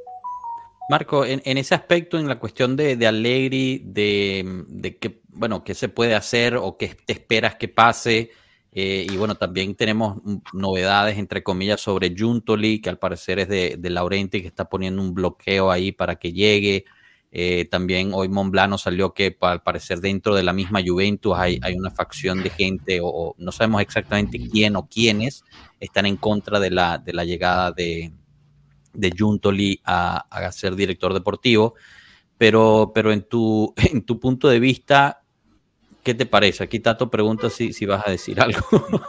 Marco, en, en ese aspecto, en la cuestión de, de Allegri, de, de qué, bueno, qué se puede hacer o qué te esperas que pase, eh, y bueno, también tenemos novedades, entre comillas, sobre Giuntoli, que al parecer es de, de Laurenti, que está poniendo un bloqueo ahí para que llegue. Eh, también hoy Monblano salió que al parecer dentro de la misma Juventus hay, hay una facción de gente, o, o no sabemos exactamente quién o quiénes están en contra de la, de la llegada de, de Giuntoli a, a ser director deportivo. Pero, pero en, tu, en tu punto de vista, ¿qué te parece? Aquí Tato pregunta si, si vas a decir algo.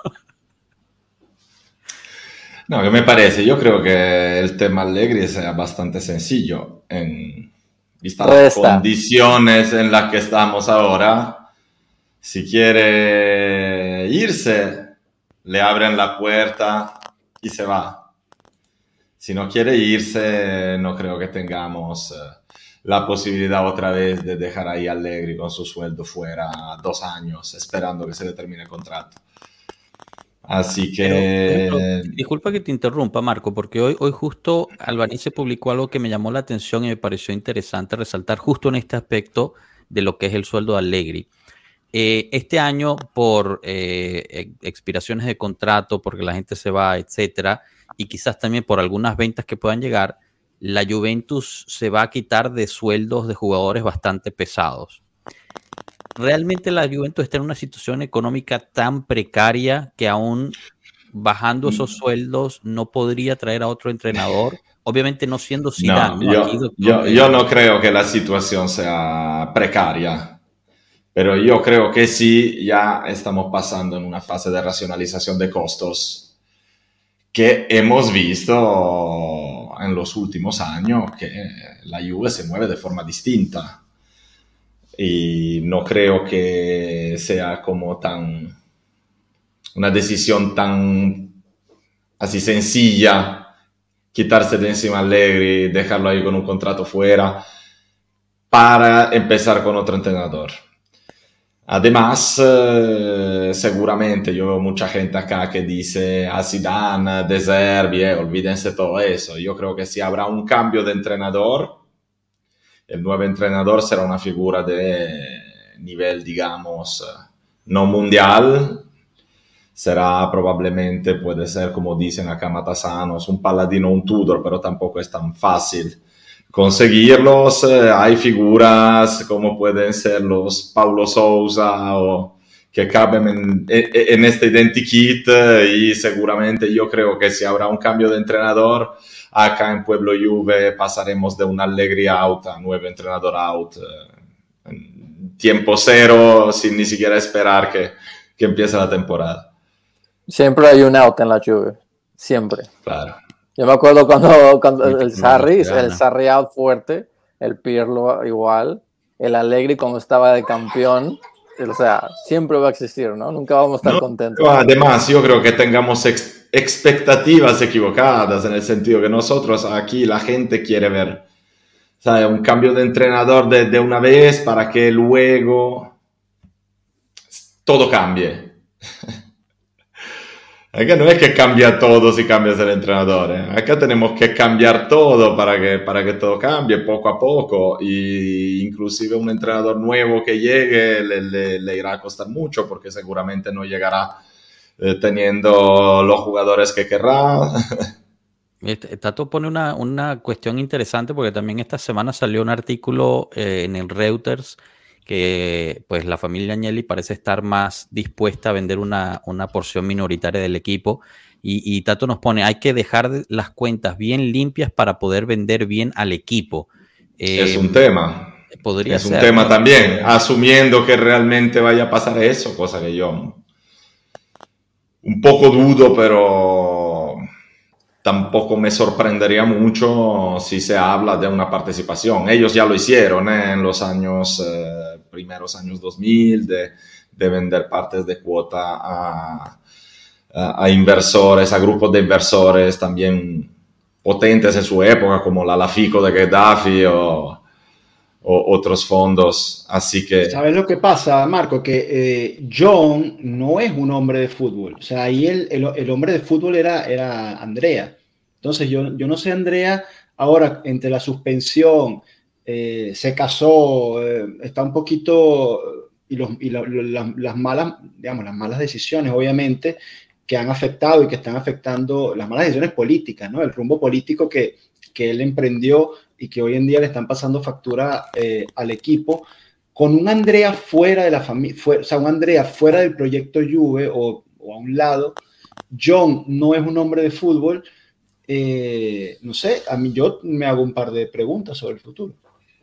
No, ¿qué me parece? Yo creo que el tema Allegri es bastante sencillo. En, vistas las condiciones en las que estamos ahora, si quiere irse, le abren la puerta y se va. Si no quiere irse, no creo que tengamos eh, la posibilidad otra vez de dejar ahí a Allegri con su sueldo fuera dos años, esperando que se le termine el contrato. Así que... Pero, pero, disculpa que te interrumpa, Marco, porque hoy, hoy justo Albanice publicó algo que me llamó la atención y me pareció interesante resaltar justo en este aspecto de lo que es el sueldo de Allegri. Eh, este año, por eh, expiraciones de contrato, porque la gente se va, etcétera, y quizás también por algunas ventas que puedan llegar, la Juventus se va a quitar de sueldos de jugadores bastante pesados. ¿Realmente la Juventus está en una situación económica tan precaria que aún bajando esos sueldos no podría traer a otro entrenador? Obviamente no siendo Zidane. No, yo, Aquí, yo, yo no creo que la situación sea precaria, pero yo creo que sí, ya estamos pasando en una fase de racionalización de costos que hemos visto en los últimos años, que la Juve se mueve de forma distinta. Y no creo que sea como tan una decisión tan así sencilla quitarse de encima a Allegri, dejarlo ahí con un contrato fuera para empezar con otro entrenador. Además, eh, seguramente yo veo mucha gente acá que dice a Zidane, De Zerbi, eh, olvídense todo eso. Yo creo que si habrá un cambio de entrenador, el nuevo entrenador será una figura de nivel, digamos, no mundial. Será probablemente, puede ser, como dicen acá Matasanos, un Paladino, un Tudor, pero tampoco es tan fácil conseguirlos. Hay figuras como pueden ser los Paulo Sousa o que caben en, en este identikit, y seguramente yo creo que si habrá un cambio de entrenador, acá en Pueblo Juve pasaremos de un Allegri out a nuevo entrenador out, en tiempo cero, sin ni siquiera esperar que, que empiece la temporada. Siempre hay un out en la Juve, siempre. Claro. Yo me acuerdo cuando, cuando el Sarri, el Sarri out fuerte, el Pirlo igual, el Allegri cuando estaba de campeón. O sea, siempre va a existir, ¿no? Nunca vamos a estar no, contentos. Además, yo creo que tengamos ex- expectativas equivocadas, en el sentido que nosotros aquí la gente quiere ver, ¿sabes? Un cambio de entrenador de, de una vez para que luego todo cambie. Acá no es que cambia todo si cambias el entrenador, ¿eh? Acá tenemos que cambiar todo para que, para que todo cambie poco a poco, y inclusive un entrenador nuevo que llegue le, le, le irá a costar mucho, porque seguramente no llegará eh, teniendo los jugadores que querrá. Tato pone una, una cuestión interesante, porque también esta semana salió un artículo eh, en el Reuters que pues la familia Agnelli parece estar más dispuesta a vender una, una porción minoritaria del equipo, y, y Tato nos pone, hay que dejar las cuentas bien limpias para poder vender bien al equipo. Eh, es un tema. Podría es ser, un tema ¿no? también, asumiendo que realmente vaya a pasar eso, cosa que yo un poco dudo, pero tampoco me sorprendería mucho si se habla de una participación. Ellos ya lo hicieron ¿eh? en los años, eh, primeros años dos mil, de, de vender partes de cuota a, a, a inversores, a grupos de inversores también potentes en su época, como la Lafico de Gheddafi o, o otros fondos. Así que... ¿Sabes lo que pasa, Marco? Que eh, John no es un hombre de fútbol. O sea, ahí el, el, el hombre de fútbol era, era Andrea. Entonces, yo, yo no sé, Andrea, ahora, entre la suspensión, eh, se casó, eh, está un poquito... Y, los, y la, la, las, malas, digamos, las malas decisiones, obviamente, que han afectado y que están afectando las malas decisiones políticas, ¿no? El rumbo político que, que él emprendió y que hoy en día le están pasando factura eh, al equipo, con un Andrea fuera de la familia, o sea, un Andrea fuera del proyecto Juve o, o a un lado. John no es un hombre de fútbol. Eh, no sé, a mí yo me hago un par de preguntas sobre el futuro.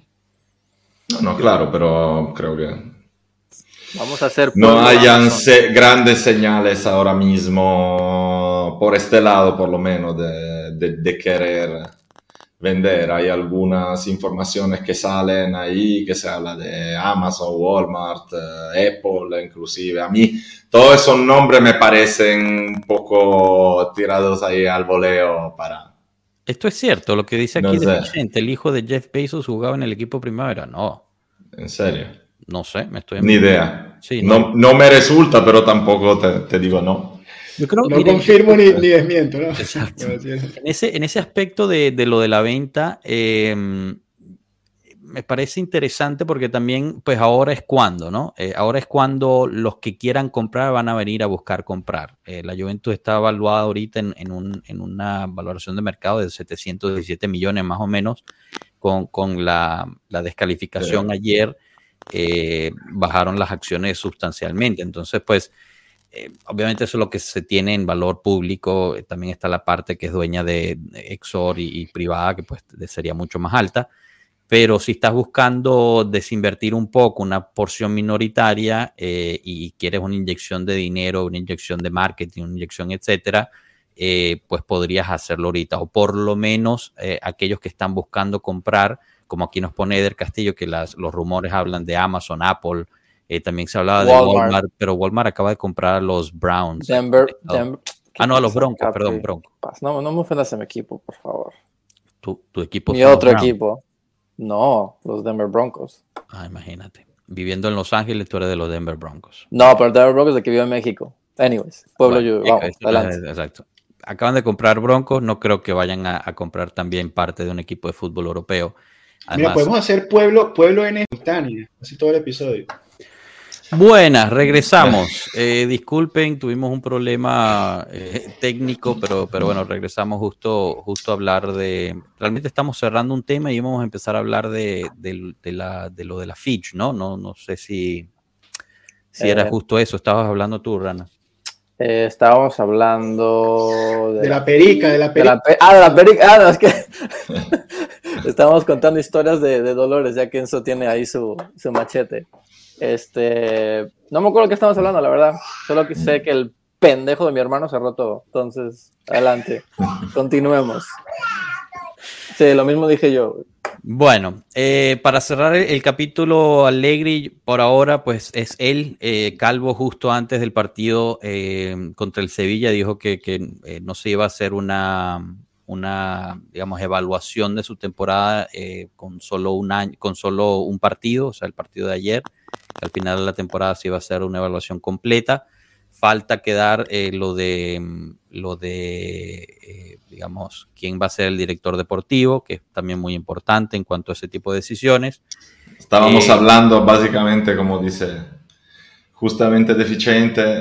No, no, claro, pero creo que Vamos a hacer no hayan se grandes señales ahora mismo por este lado, por lo menos, de, de, de querer vender. Hay algunas informaciones que salen ahí, que se habla de Amazon, Walmart, eh, Apple, inclusive. A mí todos esos nombres me parecen un poco tirados ahí al voleo para... Esto es cierto, lo que dice aquí no de sé. Vicente, el hijo de Jeff Bezos jugaba en el equipo primavera. No, ¿En serio? no sé, me estoy... Ni idea. Sí, no. no. No me resulta, pero tampoco te, te digo no. Yo creo, No miren, confirmo ni, ni desmiento, ¿no? Exacto. En ese, en ese aspecto de, de lo de la venta, eh, me parece interesante porque también, pues ahora es cuando, ¿no? Eh, ahora es cuando los que quieran comprar van a venir a buscar comprar. Eh, la Juventus está evaluada ahorita en, en, un, en una valoración de mercado de setecientos diecisiete millones más o menos, con, con la, la descalificación sí. Ayer, eh, bajaron las acciones sustancialmente. Entonces, pues, Eh, obviamente eso es lo que se tiene en valor público. Eh, también está la parte que es dueña de Exor y, y privada, que pues sería mucho más alta. Pero si estás buscando desinvertir un poco, una porción minoritaria, eh, y quieres una inyección de dinero, una inyección de marketing, una inyección, etcétera, eh, pues podrías hacerlo ahorita. O por lo menos eh, aquellos que están buscando comprar, como aquí nos pone Eder Castillo, que las, los rumores hablan de Amazon, Apple. Eh, también se hablaba Walmart. de Walmart, pero Walmart acaba de comprar a los Browns. Denver, Denver. Ah, no, a los Broncos, perdón, Broncos. No, no me ofendas a mi equipo, por favor. Tu, tu equipo. Mi otro equipo. No, los Denver Broncos. Ah, imagínate. Viviendo en Los Ángeles, tú eres de los Denver Broncos. No, pero Denver Broncos de que vive en México. Anyways, Pueblo bueno, yo, vamos, adelante. Exacto. Acaban de comprar Broncos, no creo que vayan a, a comprar también parte de un equipo de fútbol europeo. Además, mira, podemos hacer pueblo, pueblo en simultánea, así todo el episodio. Buenas, regresamos. Eh, disculpen, tuvimos un problema eh, técnico, pero, pero bueno, regresamos justo, justo a hablar de... Realmente estamos cerrando un tema y íbamos a empezar a hablar de, de, de, la, de lo de la Fitch, ¿no? No, no sé si, si eh, era justo eso. Estabas hablando tú, Rana. Eh, estábamos hablando... De, de la perica, de la perica. De la pe ah, de la perica. Ah, no, es que... estábamos contando historias de, de Dolores, ya que Enzo tiene ahí su, su machete. Este, no me acuerdo qué estamos hablando, la verdad. Solo que sé que el pendejo de mi hermano cerró todo. Entonces, adelante. Continuemos. Sí, lo mismo dije yo. Bueno, eh, para cerrar el, el capítulo, Allegri por ahora, pues es él, eh, Calvo, justo antes del partido eh, contra el Sevilla, dijo que, que eh, no se iba a hacer una, una, digamos, evaluación de su temporada eh, con solo un año, con solo un partido, o sea, el partido de ayer. Al final de la temporada se iba a hacer una evaluación completa. Falta quedar eh, lo de, lo de eh, digamos, quién va a ser el director deportivo, que es también muy importante en cuanto a ese tipo de decisiones. Estábamos eh, hablando básicamente, como dice, justamente deficiente,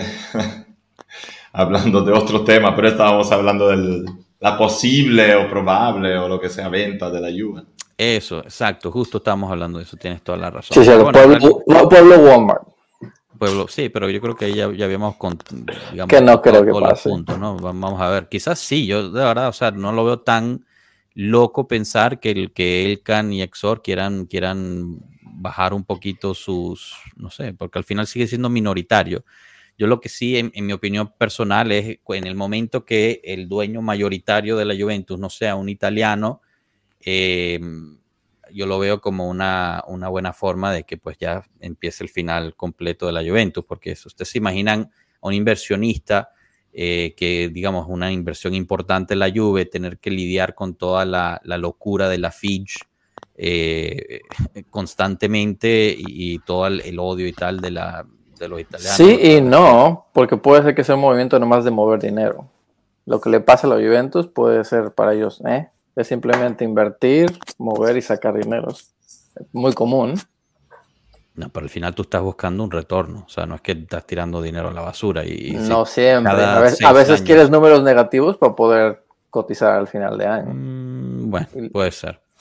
hablando de otro tema, pero estábamos hablando de la posible o probable o lo que sea venta de la Juve. Eso, exacto, justo estábamos hablando de eso, tienes toda la razón. Sí, sí, bueno, pueblo, realmente, no, pueblo Walmart. Pueblo, sí, pero yo creo que ya, ya habíamos, con, digamos, que no creo que pase. Puntos, ¿no? Vamos a ver, quizás sí, yo de verdad, o sea, no lo veo tan loco pensar que, el, que Elkan y Exor quieran, quieran bajar un poquito sus, no sé, porque al final sigue siendo minoritario. Yo lo que sí, en, en mi opinión personal, es en el momento que el dueño mayoritario de la Juventus no sea un italiano, Eh, yo lo veo como una, una buena forma de que pues ya empiece el final completo de la Juventus, porque si ustedes se imaginan a un inversionista eh, que digamos una inversión importante en la Juve, tener que lidiar con toda la, la locura de la Fitch eh, constantemente y, y todo el, el odio y tal de, la, de los italianos. Sí y no, porque puede ser que sea un movimiento nomás de mover dinero. Lo que le pasa a la Juventus puede ser para ellos, ¿eh? Es simplemente invertir, mover y sacar dinero. Es muy común. No, pero al final tú estás buscando un retorno. O sea, no es que estás tirando dinero a la basura. Y, no si siempre. A veces, a veces quieres números negativos para poder cotizar al final de año. Mm, bueno, y... puede ser.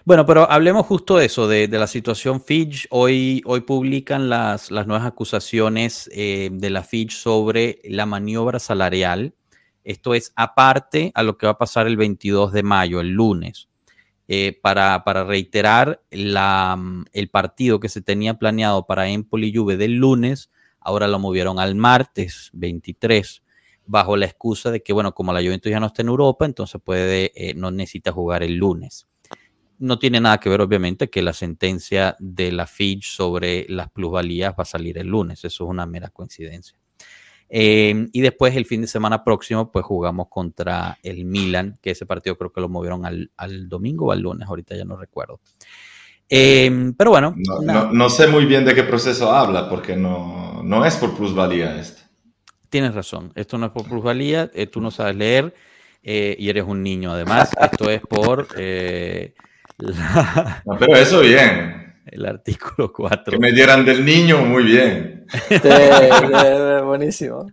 Bueno, pero hablemos justo de eso, de, de la situación Fitch. Hoy, hoy publican las, las nuevas acusaciones eh, de la Fitch sobre la maniobra salarial. Esto es aparte a lo que va a pasar el veintidós de mayo, el lunes. Eh, para, para reiterar, la, el partido que se tenía planeado para Empoli y Juve del lunes, ahora lo movieron al martes veintitrés, bajo la excusa de que, bueno, como la Juventus ya no está en Europa, entonces puede, eh, no necesita jugar el lunes. No tiene nada que ver, obviamente, que la sentencia de la Fitch sobre las plusvalías va a salir el lunes. Eso es una mera coincidencia. Eh, y después, el fin de semana próximo, pues jugamos contra el Milan, que ese partido creo que lo movieron al, al domingo o al lunes, ahorita ya no recuerdo. Eh, pero bueno. No, no, no sé muy bien de qué proceso habla, porque no, no es por plusvalía esto. Tienes razón, esto no es por plusvalía, eh, tú no sabes leer eh, y eres un niño además. Esto es por... Eh, La, no, pero eso bien. El artículo cuatro. Que me dieran del niño, muy bien. Sí, sí, buenísimo.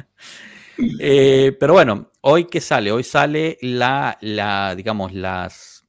Eh, pero bueno, hoy ¿qué sale? Hoy sale la, la digamos, las...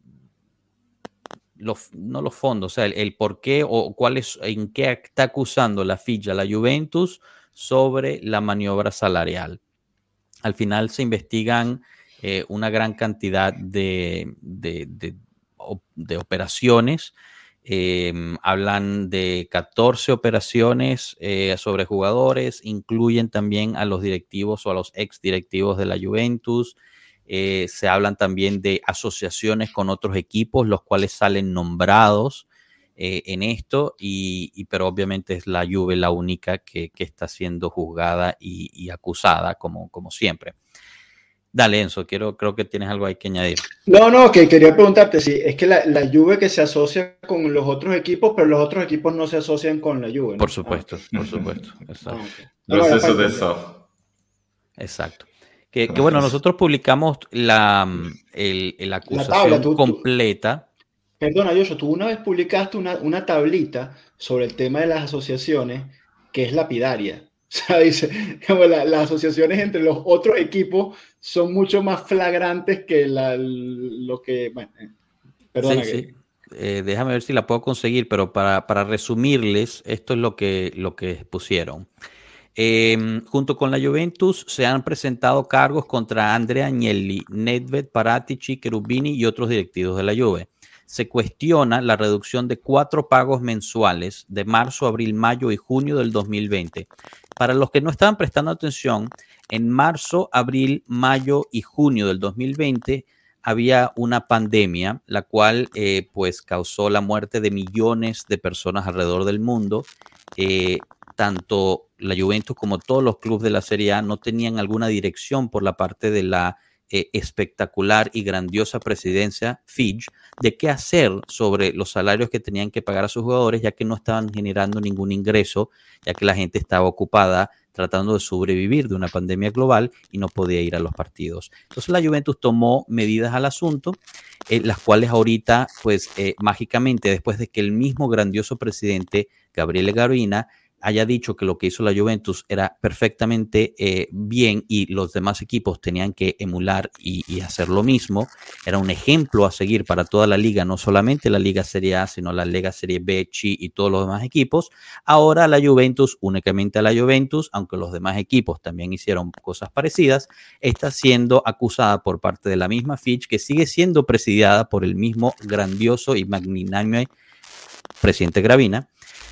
Los, no los fondos, o sea, el, el por qué o cuál es, en qué está acusando la Fitch a la Juventus sobre la maniobra salarial. Al final se investigan eh, una gran cantidad de... de, de de operaciones, eh, hablan de catorce operaciones eh, sobre jugadores, incluyen también a los directivos o a los ex directivos de la Juventus, eh, se hablan también de asociaciones con otros equipos, los cuales salen nombrados eh, en esto, y, y, pero obviamente es la Juve la única que, que está siendo juzgada y, y acusada, como, como siempre. Dale, Enzo, quiero, creo que tienes algo ahí que añadir. No, no, que quería preguntarte si es que la, la Juve que se asocia con los otros equipos, pero los otros equipos no se asocian con la Juve, ¿no? Por supuesto, ah, por supuesto. Exacto. Ah, okay. No, es eso de eso. Exacto. Que, que bueno, nosotros publicamos la, el, la acusación la tabla, tú, completa. Tú, perdona, Yoyo, tú una vez publicaste una, una tablita sobre el tema de las asociaciones que es lapidaria. O sea, dice, como la, las asociaciones entre los otros equipos son mucho más flagrantes que la, lo que... Bueno, perdona. Sí, que... sí. Eh, déjame ver si la puedo conseguir, pero para, para resumirles, esto es lo que, lo que pusieron. Eh, junto con la Juventus se han presentado cargos contra Andrea Agnelli, Nedved, Paratici, Cherubini y otros directivos de la Juve. Se cuestiona la reducción de cuatro pagos mensuales de marzo, abril, mayo y junio del dos mil veinte. Para los que no estaban prestando atención, en marzo, abril, mayo y junio del dos mil veinte había una pandemia, la cual eh, pues causó la muerte de millones de personas alrededor del mundo. Eh, tanto la Juventus como todos los clubes de la Serie A no tenían alguna dirección por la parte de la eh, espectacular y grandiosa presidencia Fitch de qué hacer sobre los salarios que tenían que pagar a sus jugadores, ya que no estaban generando ningún ingreso, ya que la gente estaba ocupada tratando de sobrevivir de una pandemia global y no podía ir a los partidos. Entonces la Juventus tomó medidas al asunto, eh, las cuales ahorita, pues eh, mágicamente, después de que el mismo grandioso presidente Gabriele Garoina haya dicho que lo que hizo la Juventus era perfectamente eh, bien y los demás equipos tenían que emular y, y hacer lo mismo. Era un ejemplo a seguir para toda la liga, no solamente la Liga Serie A, sino la Liga Serie B, Chi y todos los demás equipos. Ahora la Juventus, únicamente a la Juventus, aunque los demás equipos también hicieron cosas parecidas, está siendo acusada por parte de la misma Fitch, que sigue siendo presidiada por el mismo grandioso y magnánime presidente Gravina,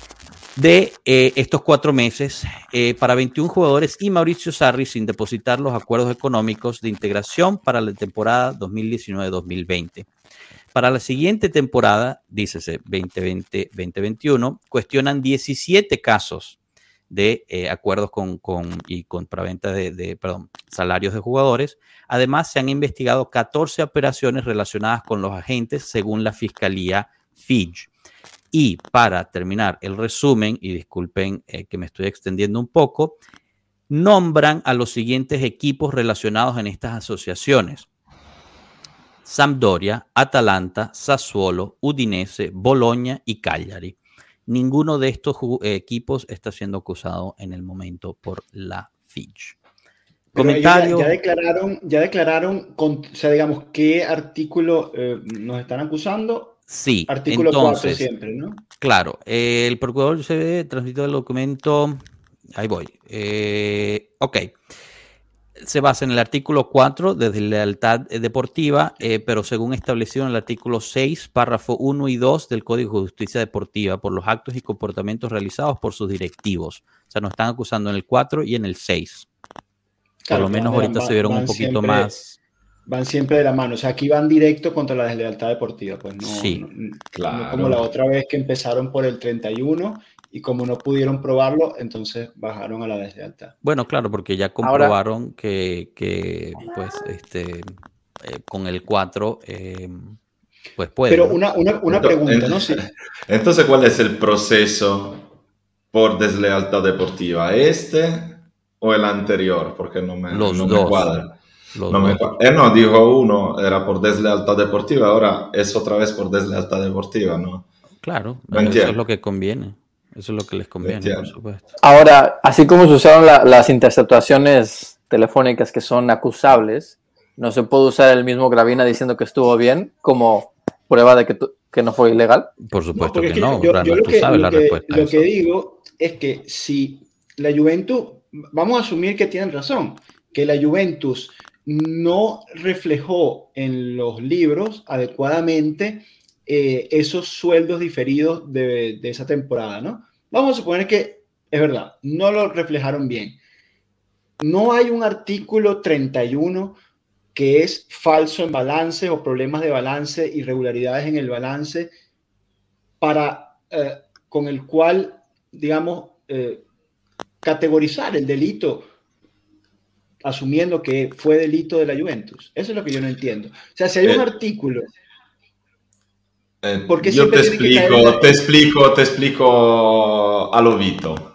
de eh, estos cuatro meses eh, para veintiún jugadores y Mauricio Sarri sin depositar los acuerdos económicos de integración para la temporada dos mil diecinueve dos mil veinte. Para la siguiente temporada, dícese veinte veinte veinte veintiuno, cuestionan diecisiete casos de eh, acuerdos con, con, y compraventa de, de perdón, salarios de jugadores. Además, se han investigado catorce operaciones relacionadas con los agentes según la Fiscalía Fitch. Y para terminar el resumen, y disculpen eh, que me estoy extendiendo un poco, nombran a los siguientes equipos relacionados en estas asociaciones: Sampdoria, Atalanta, Sassuolo, Udinese, Bologna y Cagliari. Ninguno de estos eh, equipos está siendo acusado en el momento por la Fitch. Comentario. Ya, ya declararon, ya declararon con, o sea, digamos, qué artículo eh, nos están acusando. Sí, Artículo cuatro entonces, siempre, ¿no? claro, eh, el procurador se ve transmitido el documento, ahí voy, eh, ok, se basa en el artículo cuatro de lealtad deportiva, eh, pero según establecido en el artículo seis, párrafo uno y dos del Código de Justicia Deportiva, por los actos y comportamientos realizados por sus directivos. O sea, nos están acusando en el cuatro y en el seis. Claro, Por lo menos van, ahorita van, se vieron van un poquito siempre, más... van siempre de la mano. O sea, aquí van directo contra la deslealtad deportiva. Pues no, Sí, no, claro. no como la otra vez que empezaron por el treinta y uno y como no pudieron probarlo, entonces bajaron a la deslealtad. Bueno, claro, porque ya comprobaron Ahora, que, que, pues, este, eh, con el cuatro, eh, pues puede. Pero ¿no? una, una, una entonces, pregunta, ¿no? Sí. Entonces, ¿cuál es el proceso por deslealtad deportiva? ¿Este o el anterior? Porque no me, Los no dos. me cuadra. Los no dos. me cuadra. Eh, no, dijo uno, era por deslealtad deportiva, ahora es otra vez por deslealtad deportiva, ¿no? Claro, no eso entiendo. es lo que conviene. Eso es lo que les conviene, por supuesto. Ahora, así como se usaron la, las interceptaciones telefónicas que son acusables, no se puede usar el mismo Gravina diciendo que estuvo bien como prueba de que, tu, que no fue ilegal. Por supuesto no, que, que no, yo, Randall, yo lo tú que, sabes lo la que, respuesta lo a eso. que digo es que si la Juventus, vamos a asumir que tienen razón, que la Juventus no reflejó en los libros adecuadamente eh, esos sueldos diferidos de, de esa temporada, ¿no? Vamos a suponer que es verdad, no lo reflejaron bien. No hay un artículo treinta y uno que es falso en balance o problemas de balance, irregularidades en el balance, para, eh, con el cual, digamos, eh, categorizar el delito, asumiendo que fue delito de la Juventus. Eso es lo que yo no entiendo. O sea, si hay un eh, artículo... Eh, ¿Por qué yo te siempre tiene que caer explico, en... te explico, te explico a lo Vito.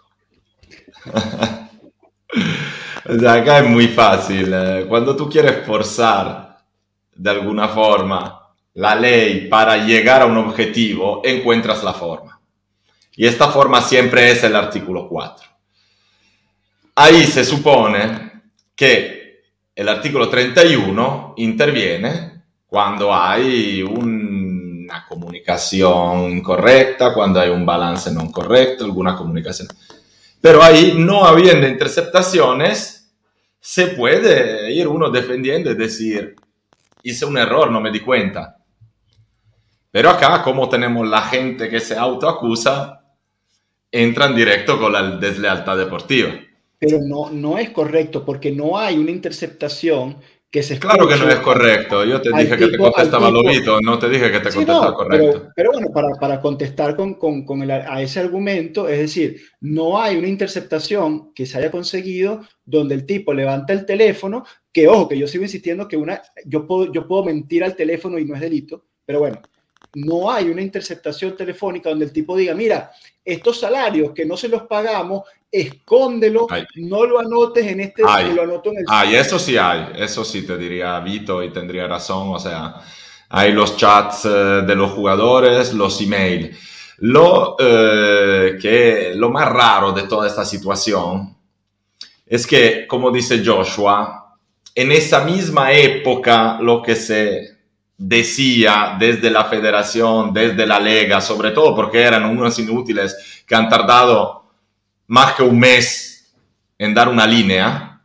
O sea, acá es muy fácil. Cuando tú quieres forzar de alguna forma la ley para llegar a un objetivo, encuentras la forma. Y esta forma siempre es el artículo cuatro. Ahí se supone que el artículo treinta y uno interviene cuando hay un una comunicación incorrecta, cuando hay un balance no correcto, alguna comunicación. Pero ahí, no habiendo interceptaciones, se puede ir uno defendiendo y decir, hice un error, no me di cuenta. Pero acá, como tenemos la gente que se autoacusa, entran directo con la deslealtad deportiva. Pero no, no es correcto, porque no hay una interceptación que se Claro que no es correcto. Yo te dije tipo, que te contestaba tipo, Lobito, no te dije que te sí, contestaba no, correcto. Pero, pero bueno, para, para contestar con, con, con el, a ese argumento, es decir, no hay una interceptación que se haya conseguido donde el tipo levanta el teléfono, que ojo, que yo sigo insistiendo que una, yo puedo, yo puedo mentir al teléfono y no es delito, pero bueno, no hay una interceptación telefónica donde el tipo diga, mira, estos salarios que no se los pagamos, escóndelo, ay, no lo anotes en este, ay, lo anoto en el... Ay, eso sí hay, eso sí te diría Vito y tendría razón, o sea, hay los chats eh, de los jugadores, los email. Lo, eh, que, lo más raro de toda esta situación es que, como dice Joshua, en esa misma época lo que se decía desde la federación, desde la Lega, sobre todo porque eran unos inútiles que han tardado más que un mes en dar una línea,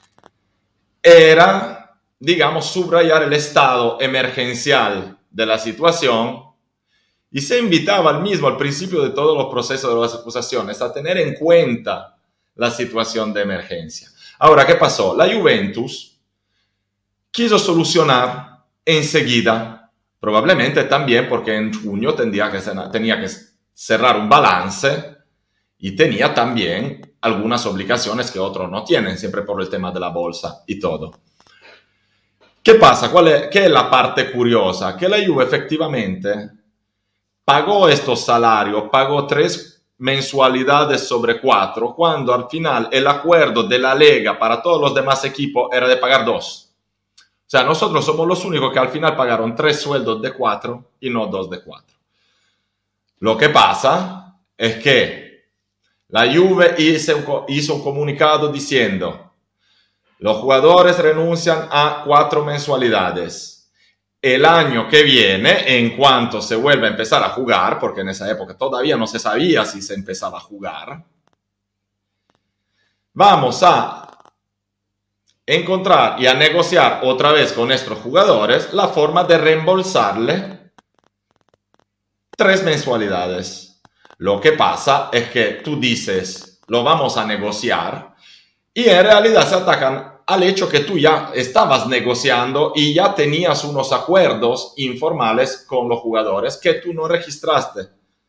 era, digamos, subrayar el estado emergencial de la situación y se invitaba al mismo, al principio de todos los procesos de las acusaciones, a tener en cuenta la situación de emergencia. Ahora, ¿qué pasó? La Juventus quiso solucionar enseguida, probablemente también porque en junio tendría que, tenía que cerrar un balance y tenía también algunas obligaciones que otros no tienen, siempre por el tema de la bolsa y todo. ¿Qué pasa? ¿Cuál es, ¿Qué es la parte curiosa? Que la Juve efectivamente pagó estos salarios, pagó tres mensualidades sobre cuatro, cuando al final el acuerdo de la Lega para todos los demás equipos era de pagar dos. O sea, nosotros somos los únicos que al final pagaron tres sueldos de cuatro y no dos de cuatro. Lo que pasa es que la Juve hizo un, hizo un comunicado diciendo: los jugadores renuncian a cuatro mensualidades. el año que viene, en cuanto se vuelva a empezar a jugar, porque en esa época todavía no se sabía si se empezaba a jugar, vamos a encontrar y a negociar otra vez con nuestros jugadores la forma de reembolsarle tres mensualidades. Lo que pasa es que tú dices, lo vamos a negociar, y en realidad se atacan al hecho que tú ya estabas negociando y ya tenías unos acuerdos informales con los jugadores que tú no registraste.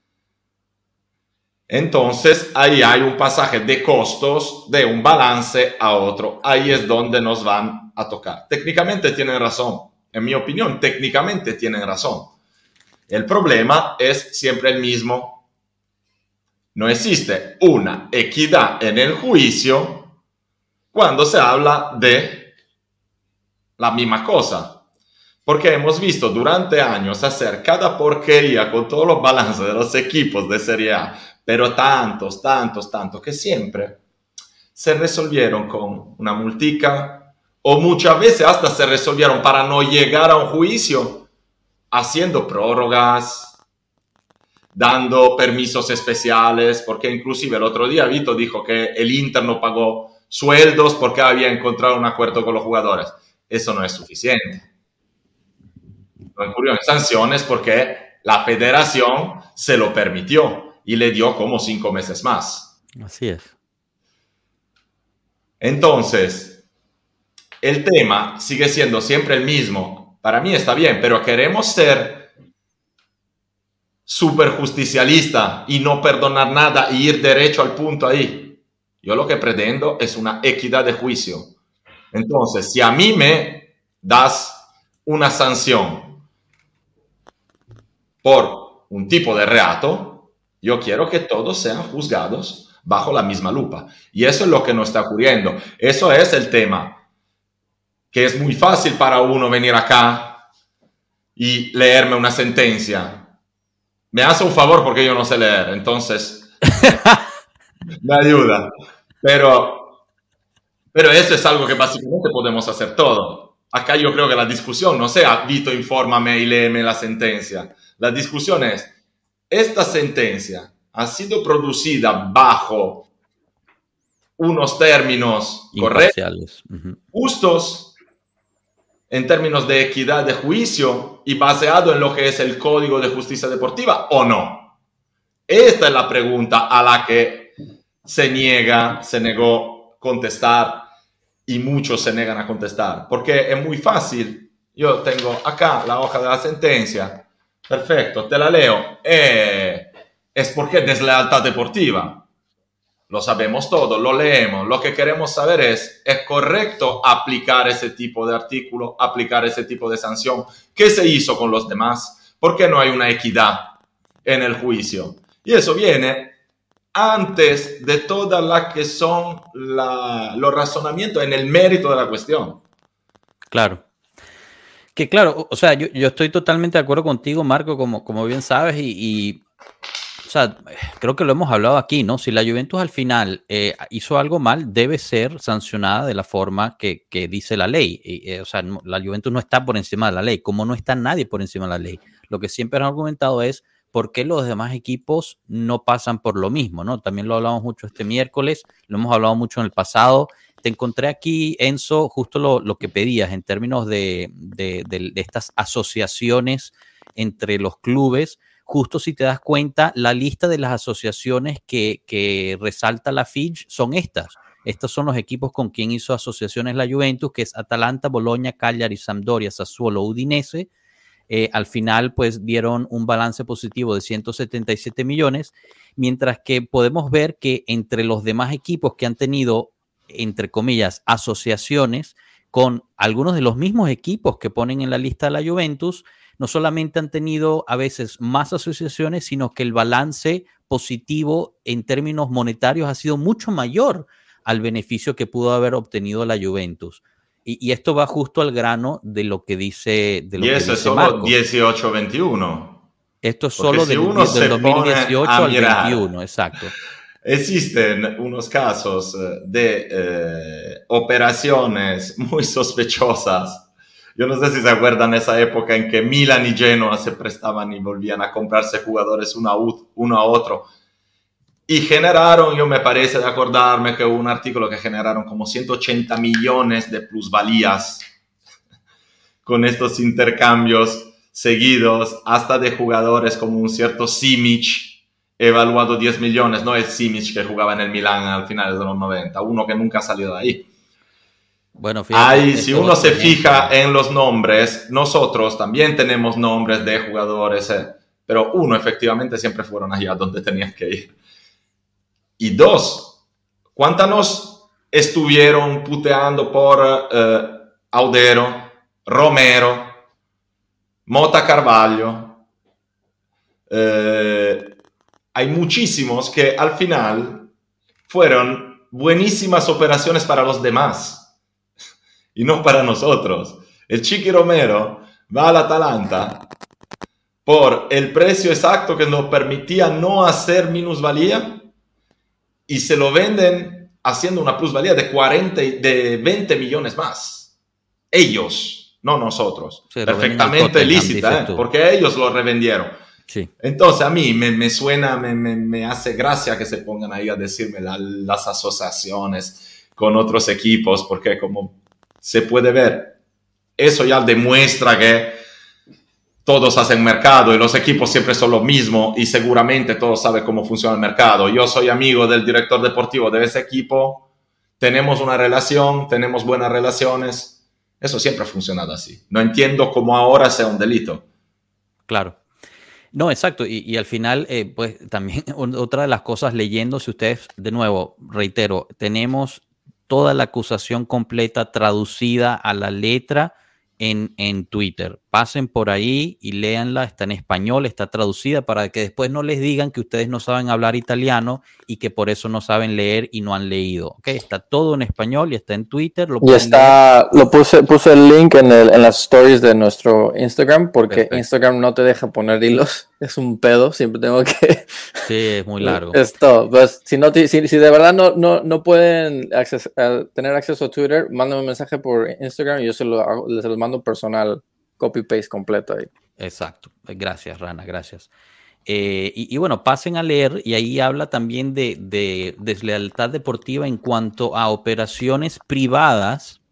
Entonces, ahí hay un pasaje de costos de un balance a otro. Ahí es donde nos van a tocar. Técnicamente tienen razón. En mi opinión, técnicamente tienen razón. El problema es siempre el mismo. No existe una equidad en el juicio cuando se habla de la misma cosa. Porque hemos visto durante años hacer cada porquería con todos los balances de los equipos de Serie A, pero tantos, tantos, tantos, que siempre se resolvieron con una multica, o muchas veces hasta se resolvieron para no llegar a un juicio, haciendo prórrogas, dando permisos especiales, porque inclusive el otro día Vito dijo que el Inter no pagó sueldos porque había encontrado un acuerdo con los jugadores. Eso no es suficiente. No incurrió en sanciones porque la federación se lo permitió y le dio como cinco meses más. Así es. Entonces, el tema sigue siendo siempre el mismo. Para mí está bien, pero queremos ser súper justicialista y no perdonar nada y ir derecho al punto ahí. Yo lo que pretendo es una equidad de juicio. Entonces, si a mí me das una sanción por un tipo de reato, yo quiero que todos sean juzgados bajo la misma lupa. Y eso es lo que nos está ocurriendo. Eso es el tema. Que es muy fácil para uno venir acá y leerme una sentencia. Me hace un favor porque yo no sé leer, entonces me ayuda. Pero, pero eso es algo que básicamente podemos hacer todo. Acá yo creo que la discusión no sea, Vito, infórmame y léeme la sentencia. La discusión es, esta sentencia ha sido producida bajo unos términos correctos, uh-huh. justos, en términos de equidad de juicio y basado en lo que es el Código de Justicia Deportiva, ¿o no? Esta es la pregunta a la que se niega, se negó contestar y muchos se negan a contestar, porque es muy fácil. Yo tengo acá la hoja de la sentencia, perfecto, te la leo, eh, es porque es deslealtad deportiva. Lo sabemos todo, lo leemos. Lo que queremos saber es, ¿es correcto aplicar ese tipo de artículo, aplicar ese tipo de sanción? ¿Qué se hizo con los demás? ¿Por qué no hay una equidad en el juicio? Y eso viene antes de todas las que son la, los razonamientos en el mérito de la cuestión. Claro. Que claro, o sea, yo, yo estoy totalmente de acuerdo contigo, Marco, como, como bien sabes, y... y... O sea, creo que lo hemos hablado aquí, ¿no? Si la Juventus al final eh, hizo algo mal, debe ser sancionada de la forma que, que dice la ley. Y, eh, o sea, no, la Juventus no está por encima de la ley, como no está nadie por encima de la ley. Lo que siempre han argumentado es por qué los demás equipos no pasan por lo mismo, ¿no? También lo hablamos mucho este miércoles, lo hemos hablado mucho en el pasado. Te encontré aquí, Enzo, justo lo, lo que pedías en términos de, de, de, de estas asociaciones entre los clubes. Justo si te das cuenta, la lista de las asociaciones que, que resalta la F I G son estas. Estos son los equipos con quien hizo asociaciones la Juventus, que es Atalanta, Bologna, Cagliari, Sampdoria, Sassuolo, Udinese. Eh, al final, pues, dieron un balance positivo de ciento setenta y siete millones, mientras que podemos ver que entre los demás equipos que han tenido, entre comillas, asociaciones con algunos de los mismos equipos que ponen en la lista de la Juventus, no solamente han tenido a veces más asociaciones, sino que el balance positivo en términos monetarios ha sido mucho mayor al beneficio que pudo haber obtenido la Juventus. Y, y esto va justo al grano de lo que dice de lo Y que eso dice es solo Marco. dieciocho veintiuno. Esto es Porque solo si del, uno del dos mil dieciocho al mirar, veintiuno, exacto. Existen unos casos de eh, operaciones muy sospechosas. Yo no sé si se acuerdan esa época en que Milan y Genoa se prestaban y volvían a comprarse jugadores uno a, uno a otro. Y generaron, yo me parece de acordarme que hubo un artículo que generaron como ciento ochenta millones de plusvalías con estos intercambios seguidos, hasta de jugadores como un cierto Simic, evaluado diez millones, no es Simic que jugaba en el Milan al finales de los noventa, uno que nunca ha salido de ahí. Bueno, fíjate, Ahí, si uno se fija en los nombres, nosotros también tenemos nombres de jugadores, eh, pero uno, efectivamente, siempre fueron allá donde tenían que ir. Y dos, ¿cuántas nos estuvieron puteando por eh, Audero, Romero, Mota Carvalho? Eh, hay muchísimos que al final fueron buenísimas operaciones para los demás y no para nosotros. El Chiqui Romero va al Atalanta por el precio exacto que nos permitía no hacer minusvalía y se lo venden haciendo una plusvalía de cuarenta, de veinte millones más. Ellos, no nosotros. Sí, perfectamente lícita, ¿eh? Porque ellos lo revendieron. Sí. Entonces a mí me, me suena, me, me, me hace gracia que se pongan ahí a decirme la, las asociaciones con otros equipos, porque como se puede ver, eso ya demuestra que todos hacen mercado y los equipos siempre son lo mismo y seguramente todos saben cómo funciona el mercado. Yo soy amigo del director deportivo de ese equipo, tenemos una relación, tenemos buenas relaciones, eso siempre ha funcionado así. No entiendo cómo ahora sea un delito. Claro. No, exacto. Y, y al final, eh, pues también otra de las cosas, leyendo, si ustedes, de nuevo, reitero, tenemos toda la acusación completa traducida a la letra en, en Twitter. Pasen por ahí y léanla, está en español, está traducida para que después no les digan que ustedes no saben hablar italiano y que por eso no saben leer y no han leído. ¿Okay? Está todo en español y está en Twitter. Lo y está, leer. lo puse, puse el link en, el, en las stories de nuestro Instagram porque Perfecto. Instagram no te deja poner hilos. Es un pedo, siempre tengo que... Sí, es muy largo. Esto, pues, si, no, si, si de verdad no, no, no pueden acces, uh, tener acceso a Twitter, mándenme un mensaje por Instagram y yo se, lo hago, se los mando personal, copy-paste completo ahí. Exacto. Gracias, Rana, gracias. Eh, y, y bueno, pasen a leer y ahí habla también de, de deslealtad deportiva en cuanto a operaciones privadas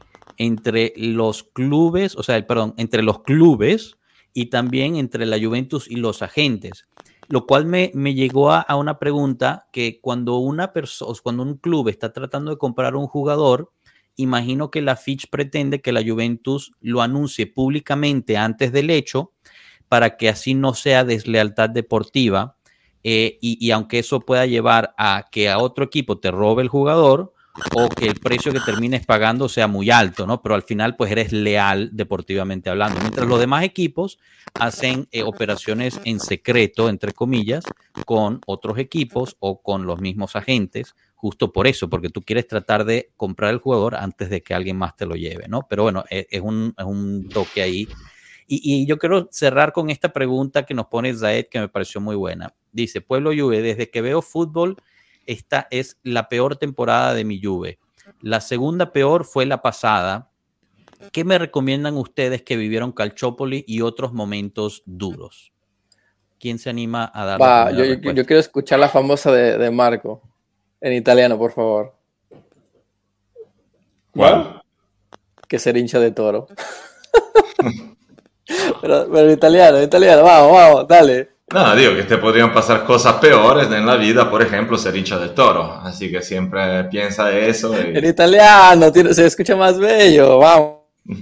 entre los clubes, o sea, el, perdón, entre los clubes y también entre la Juventus y los agentes, lo cual me, me llegó a, a una pregunta que cuando una persona, cuando un club está tratando de comprar un jugador, imagino que la Fitch pretende que la Juventus lo anuncie públicamente antes del hecho para que así no sea deslealtad deportiva eh, y, y aunque eso pueda llevar a que a otro equipo te robe el jugador o que el precio que termines pagando sea muy alto, ¿no? Pero al final pues eres leal deportivamente hablando. Mientras los demás equipos hacen eh, operaciones en secreto, entre comillas, con otros equipos o con los mismos agentes, justo por eso, porque tú quieres tratar de comprar el jugador antes de que alguien más te lo lleve, ¿no? Pero bueno, es, es, un, es un toque ahí. Y, y yo quiero cerrar con esta pregunta que nos pone Zaed, que me pareció muy buena. Dice, Pueblo Juve, desde que veo fútbol, esta es la peor temporada de mi Juve. La segunda peor fue la pasada. ¿Qué me recomiendan ustedes que vivieron Calciopoli y otros momentos duros? ¿Quién se anima a dar Va, la yo, yo, yo quiero escuchar la famosa de, de Marco. En italiano, por favor. ¿Cuál? Que ser hincha de Toro. pero, pero en italiano, en italiano, vamos, vamos, dale. No, digo que te podrían pasar cosas peores en la vida, por ejemplo, ser hincha del Toro. Así que siempre piensa eso. Y... En italiano, tiene, se escucha más bello, vamos.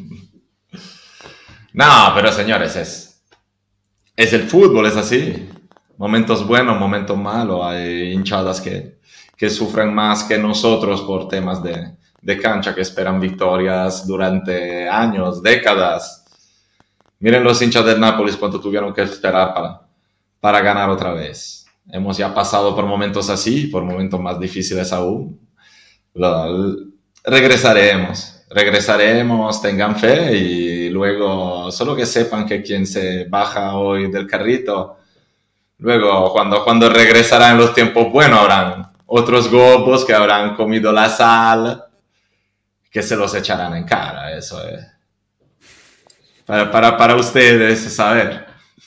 No, pero señores, es, es el fútbol, es así. Momentos buenos, momentos malos. Hay hinchadas que, que sufren más que nosotros por temas de, de cancha, que esperan victorias durante años, décadas. Miren los hinchas del Nápoles cuánto tuvieron que esperar para... para ganar otra vez. Hemos ya pasado por momentos así, por momentos más difíciles aún. Regresaremos, regresaremos, tengan fe y luego solo que sepan que quien se baja hoy del carrito, luego cuando, cuando regresarán los tiempos buenos habrán otros gobos que habrán comido la sal, que se los echarán en cara, eso es. para, para, para ustedes saber.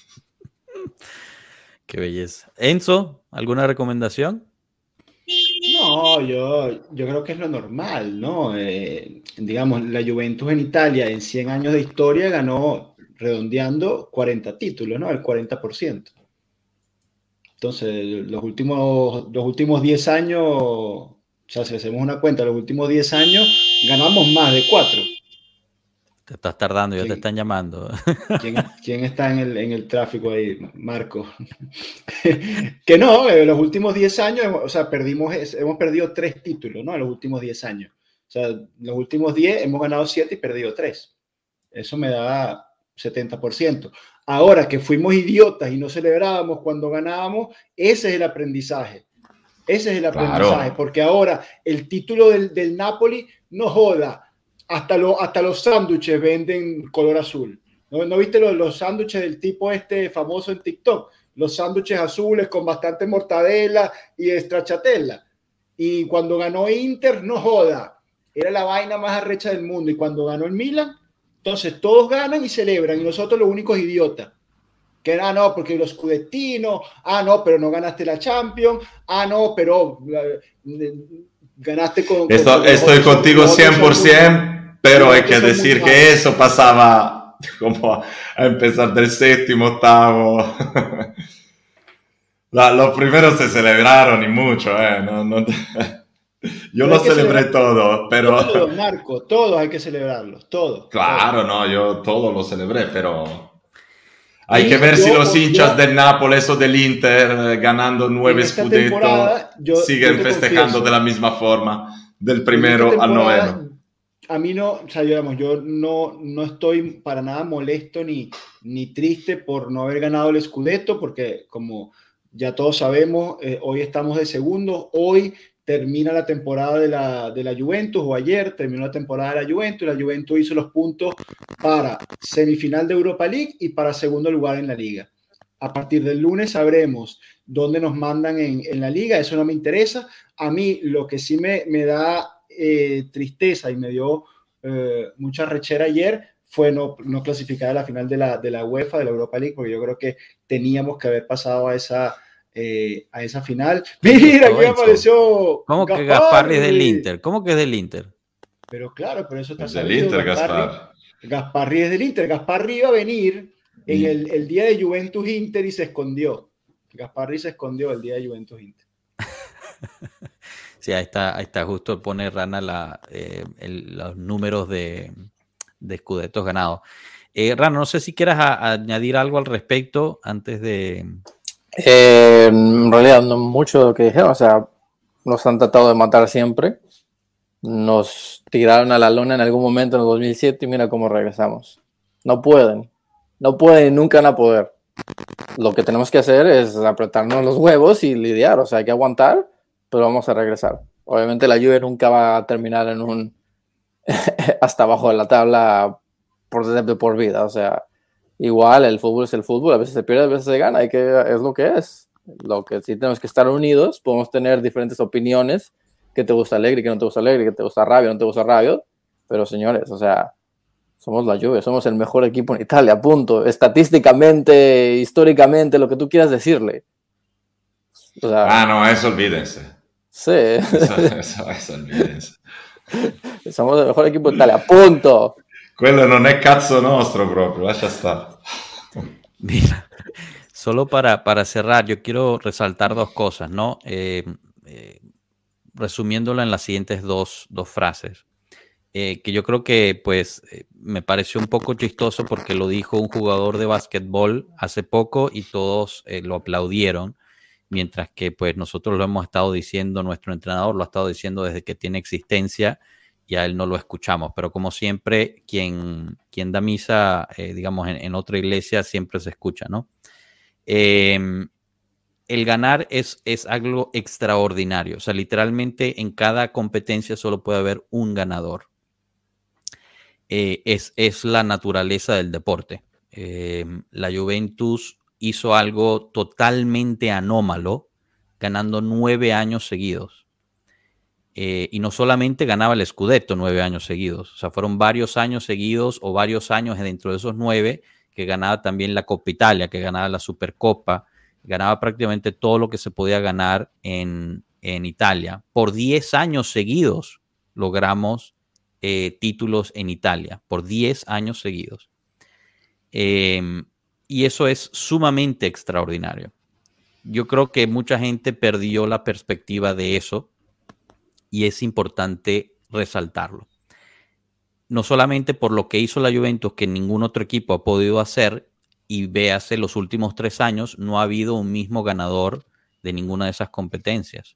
Qué belleza. Enzo, ¿alguna recomendación? No, yo, yo creo que es lo normal, ¿no? Eh, digamos, la Juventus en Italia en cien años de historia ganó, redondeando, cuarenta títulos, ¿no? El cuarenta por ciento. Entonces, los últimos, los últimos diez años, o sea, si hacemos una cuenta, los últimos diez años ganamos más de cuatro. Te estás tardando, ya te ¿Quién, están llamando. quién, quién está en el, en el tráfico ahí? Marco. Que no, en los últimos diez años, o sea, perdimos, hemos perdido tres títulos, ¿no? En los últimos diez años. O sea, en los últimos diez hemos ganado siete y perdido tres. Eso me da setenta por ciento. Ahora que fuimos idiotas y no celebrábamos cuando ganábamos, ese es el aprendizaje. Ese es el aprendizaje, claro. Porque ahora el título del, del Napoli, no joda, hasta, lo, hasta los sándwiches venden color azul. ¿No, ¿No viste los, los sándwiches del tipo este famoso en TikTok? Los sándwiches azules con bastante mortadela y stracciatella. Y cuando ganó Inter, no joda, era la vaina más arrecha del mundo. Y cuando ganó el Milan, entonces todos ganan y celebran, y nosotros los únicos idiotas. Que, ah, no, porque los scudettinos, ah, no, pero no ganaste la Champions, ah, no, pero uh, ganaste con... Esto, con estoy los, contigo los cien por ciento, pero hay que decir que malos. Eso pasaba como a empezar del séptimo, octavo. La, los primeros se celebraron y mucho, eh, no, no... Yo lo celebré todo, pero... Todos, Marco, todos hay que celebrarlos, todos. Claro, todos. No, yo todo lo celebré, pero... Hay y que ver yo, si los hinchas yo, del Nápoles o del Inter, ganando nueve Scudetto, siguen festejando confieso, de la misma forma, del primero al noveno. A mí no, o sea, digamos, yo no, no estoy para nada molesto ni, ni triste por no haber ganado el Scudetto, porque como ya todos sabemos, eh, hoy estamos de segundos, hoy termina la temporada de la, de la Juventus, o ayer terminó la temporada de la Juventus, y la Juventus hizo los puntos para semifinal de Europa League y para segundo lugar en la Liga. A partir del lunes sabremos dónde nos mandan en, en la Liga, eso no me interesa. A mí lo que sí me, me da eh, tristeza y me dio eh, mucha rechera ayer fue no, no clasificar a la final de la, de la UEFA, de la Europa League, porque yo creo que teníamos que haber pasado a esa... Eh, a esa final. Mira, aquí apareció. ¿Cómo Gasparri? Que Gasparri es del Inter? ¿Cómo que es del Inter? Pero claro, pero eso está es del Inter, Gaspar. Gasparri es del Inter. Gasparri iba a venir en sí. el, el día de Juventus Inter y se escondió. Gasparri se escondió el día de Juventus Inter. Sí, ahí está, ahí está justo pone Rana la, eh, el, los números de, de Scudettos ganados. Eh, Rana, no sé si quieras a, a añadir algo al respecto antes de... Eh, en realidad no mucho de lo que dijeron, o sea, nos han tratado de matar siempre, nos tiraron a la lona en algún momento en el dos mil siete y mira cómo regresamos. No pueden, no pueden y nunca van a poder. Lo que tenemos que hacer es apretarnos los huevos y lidiar, o sea, hay que aguantar, pero vamos a regresar. Obviamente la Juve nunca va a terminar en un hasta abajo de la tabla por, de por vida, o sea, igual el fútbol es el fútbol, a veces se pierde, a veces se gana, hay que, es lo que es. Lo que sí tenemos que estar unidos, podemos tener diferentes opiniones, que te gusta Allegri, que no te gusta Allegri, que te gusta Rabiot, no te gusta Rabiot, pero señores, o sea, somos la Juve, somos el mejor equipo en Italia, punto. Estadísticamente, históricamente, lo que tú quieras decirle. O sea, ah, no, eso olvídense. Sí. Eso, eso, eso olvídense. Somos el mejor equipo de Italia, punto. Quello non è cazzo nostro proprio, lascia stare. Mira, solo para, para cerrar, yo quiero resaltar dos cosas, ¿no? Eh, eh, resumiéndolo en las siguientes dos, dos frases, eh, que yo creo que pues eh, me pareció un poco chistoso porque lo dijo un jugador de básquetbol hace poco y todos eh, lo aplaudieron, mientras que pues nosotros lo hemos estado diciendo, nuestro entrenador lo ha estado diciendo desde que tiene existencia, y a él no lo escuchamos, pero como siempre, quien, quien da misa, eh, digamos, en, en otra iglesia siempre se escucha, ¿no? Eh, el ganar es, es algo extraordinario, o sea, literalmente en cada competencia solo puede haber un ganador. Eh, es, es la naturaleza del deporte. Eh, la Juventus hizo algo totalmente anómalo, ganando nueve años seguidos. eh, y no solamente ganaba el Scudetto nueve años seguidos, o sea, fueron varios años seguidos o varios años dentro de esos nueve que ganaba también la Coppa Italia, que ganaba la Supercopa, ganaba prácticamente todo lo que se podía ganar en, en Italia. Por diez años seguidos logramos eh, títulos en Italia, por diez años seguidos. Eh, y eso es sumamente extraordinario. Yo creo que mucha gente perdió la perspectiva de eso y es importante resaltarlo. No solamente por lo que hizo la Juventus, que ningún otro equipo ha podido hacer, y véase los últimos tres años, no ha habido un mismo ganador de ninguna de esas competencias.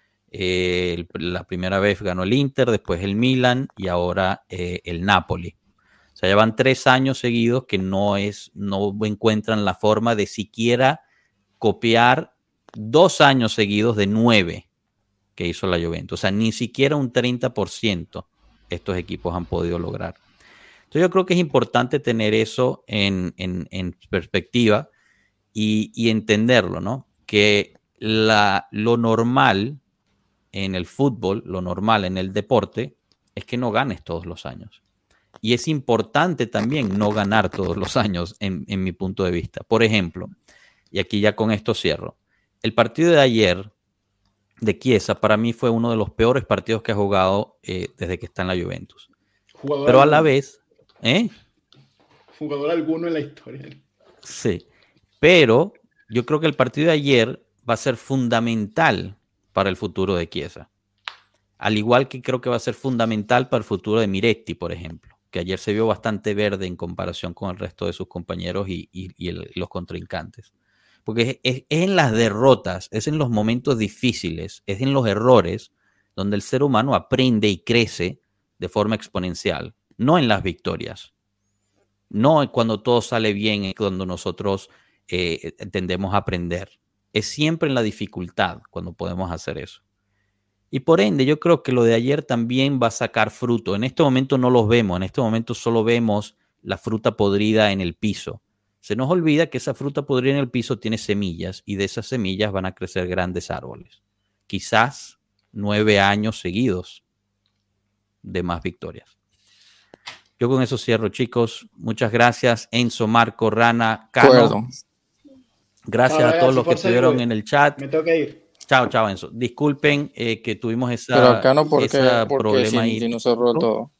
Eh, la primera vez ganó el Inter, después el Milan y ahora eh, el Napoli. O sea, ya van tres años seguidos que no, es, no encuentran la forma de siquiera copiar dos años seguidos de nueve que hizo la Juventus. O sea, ni siquiera un treinta por ciento estos equipos han podido lograr. Entonces yo creo que es importante tener eso en, en, en perspectiva y, y entenderlo, ¿no? Que la, lo normal en el fútbol, lo normal en el deporte, es que no ganes todos los años. Y es importante también no ganar todos los años, en, en mi punto de vista. Por ejemplo, y aquí ya con esto cierro, el partido de ayer de Chiesa para mí fue uno de los peores partidos que ha jugado eh, desde que está en la Juventus. Jugador Pero a la alguno. vez... ¿Eh? Jugador alguno en la historia. Sí, pero yo creo que el partido de ayer va a ser fundamental para el futuro de Chiesa. Al igual que creo que va a ser fundamental para el futuro de Miretti, por ejemplo, que ayer se vio bastante verde en comparación con el resto de sus compañeros y, y, y el, los contrincantes. Porque es, es, es en las derrotas, es en los momentos difíciles, es en los errores donde el ser humano aprende y crece de forma exponencial. No en las victorias, no cuando todo sale bien, es cuando nosotros eh, tendemos a aprender. Es siempre en la dificultad cuando podemos hacer eso. Y por ende, yo creo que lo de ayer también va a sacar fruto. En este momento no los vemos, en este momento solo vemos la fruta podrida en el piso. Se nos olvida que esa fruta podrida en el piso tiene semillas y de esas semillas van a crecer grandes árboles. Quizás nueve años seguidos de más victorias. Yo con eso cierro, chicos. Muchas gracias, Enzo, Marco, Rana, Cano. Gracias Ahora, a todos si los que fuese estuvieron yo, en el chat. Me tengo que ir. Chao, chao, Enzo. Disculpen eh, que tuvimos esa, Pero Cano, ¿por qué? esa Porque problema si, ahí. si no cerró todo.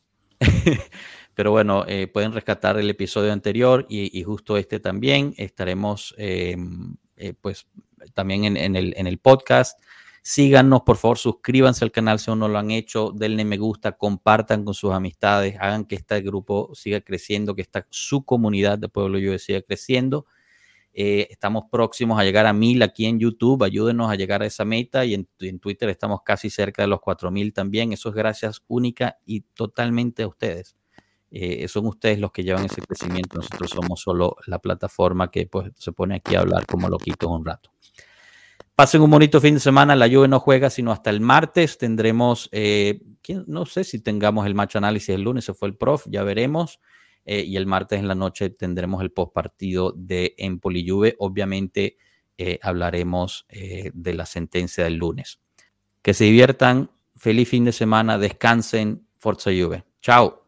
Pero bueno, eh, pueden rescatar el episodio anterior y, y justo este también. Estaremos eh, eh, pues también en, en, el, en el podcast. Síganos, por favor, suscríbanse al canal si aún no lo han hecho, denle me gusta, compartan con sus amistades, hagan que este grupo siga creciendo, que esta, su comunidad de Pueblo Juve siga creciendo. Eh, estamos próximos a llegar a mil aquí en YouTube, ayúdenos a llegar a esa meta y en, en Twitter estamos casi cerca de los cuatro mil también. Eso es gracias única y totalmente a ustedes. Eh, son ustedes los que llevan ese crecimiento, nosotros somos solo la plataforma que pues, se pone aquí a hablar como loquitos un rato. Pasen un bonito fin de semana. La Juve no juega sino hasta el martes. Tendremos, eh, no sé si tengamos el match análisis el lunes, se fue el prof, ya veremos. Eh, y el martes en la noche tendremos el post partido de Empoli Juve. Obviamente eh, hablaremos eh, de la sentencia del lunes. Que se diviertan, feliz fin de semana, descansen, Forza Juve. Chao.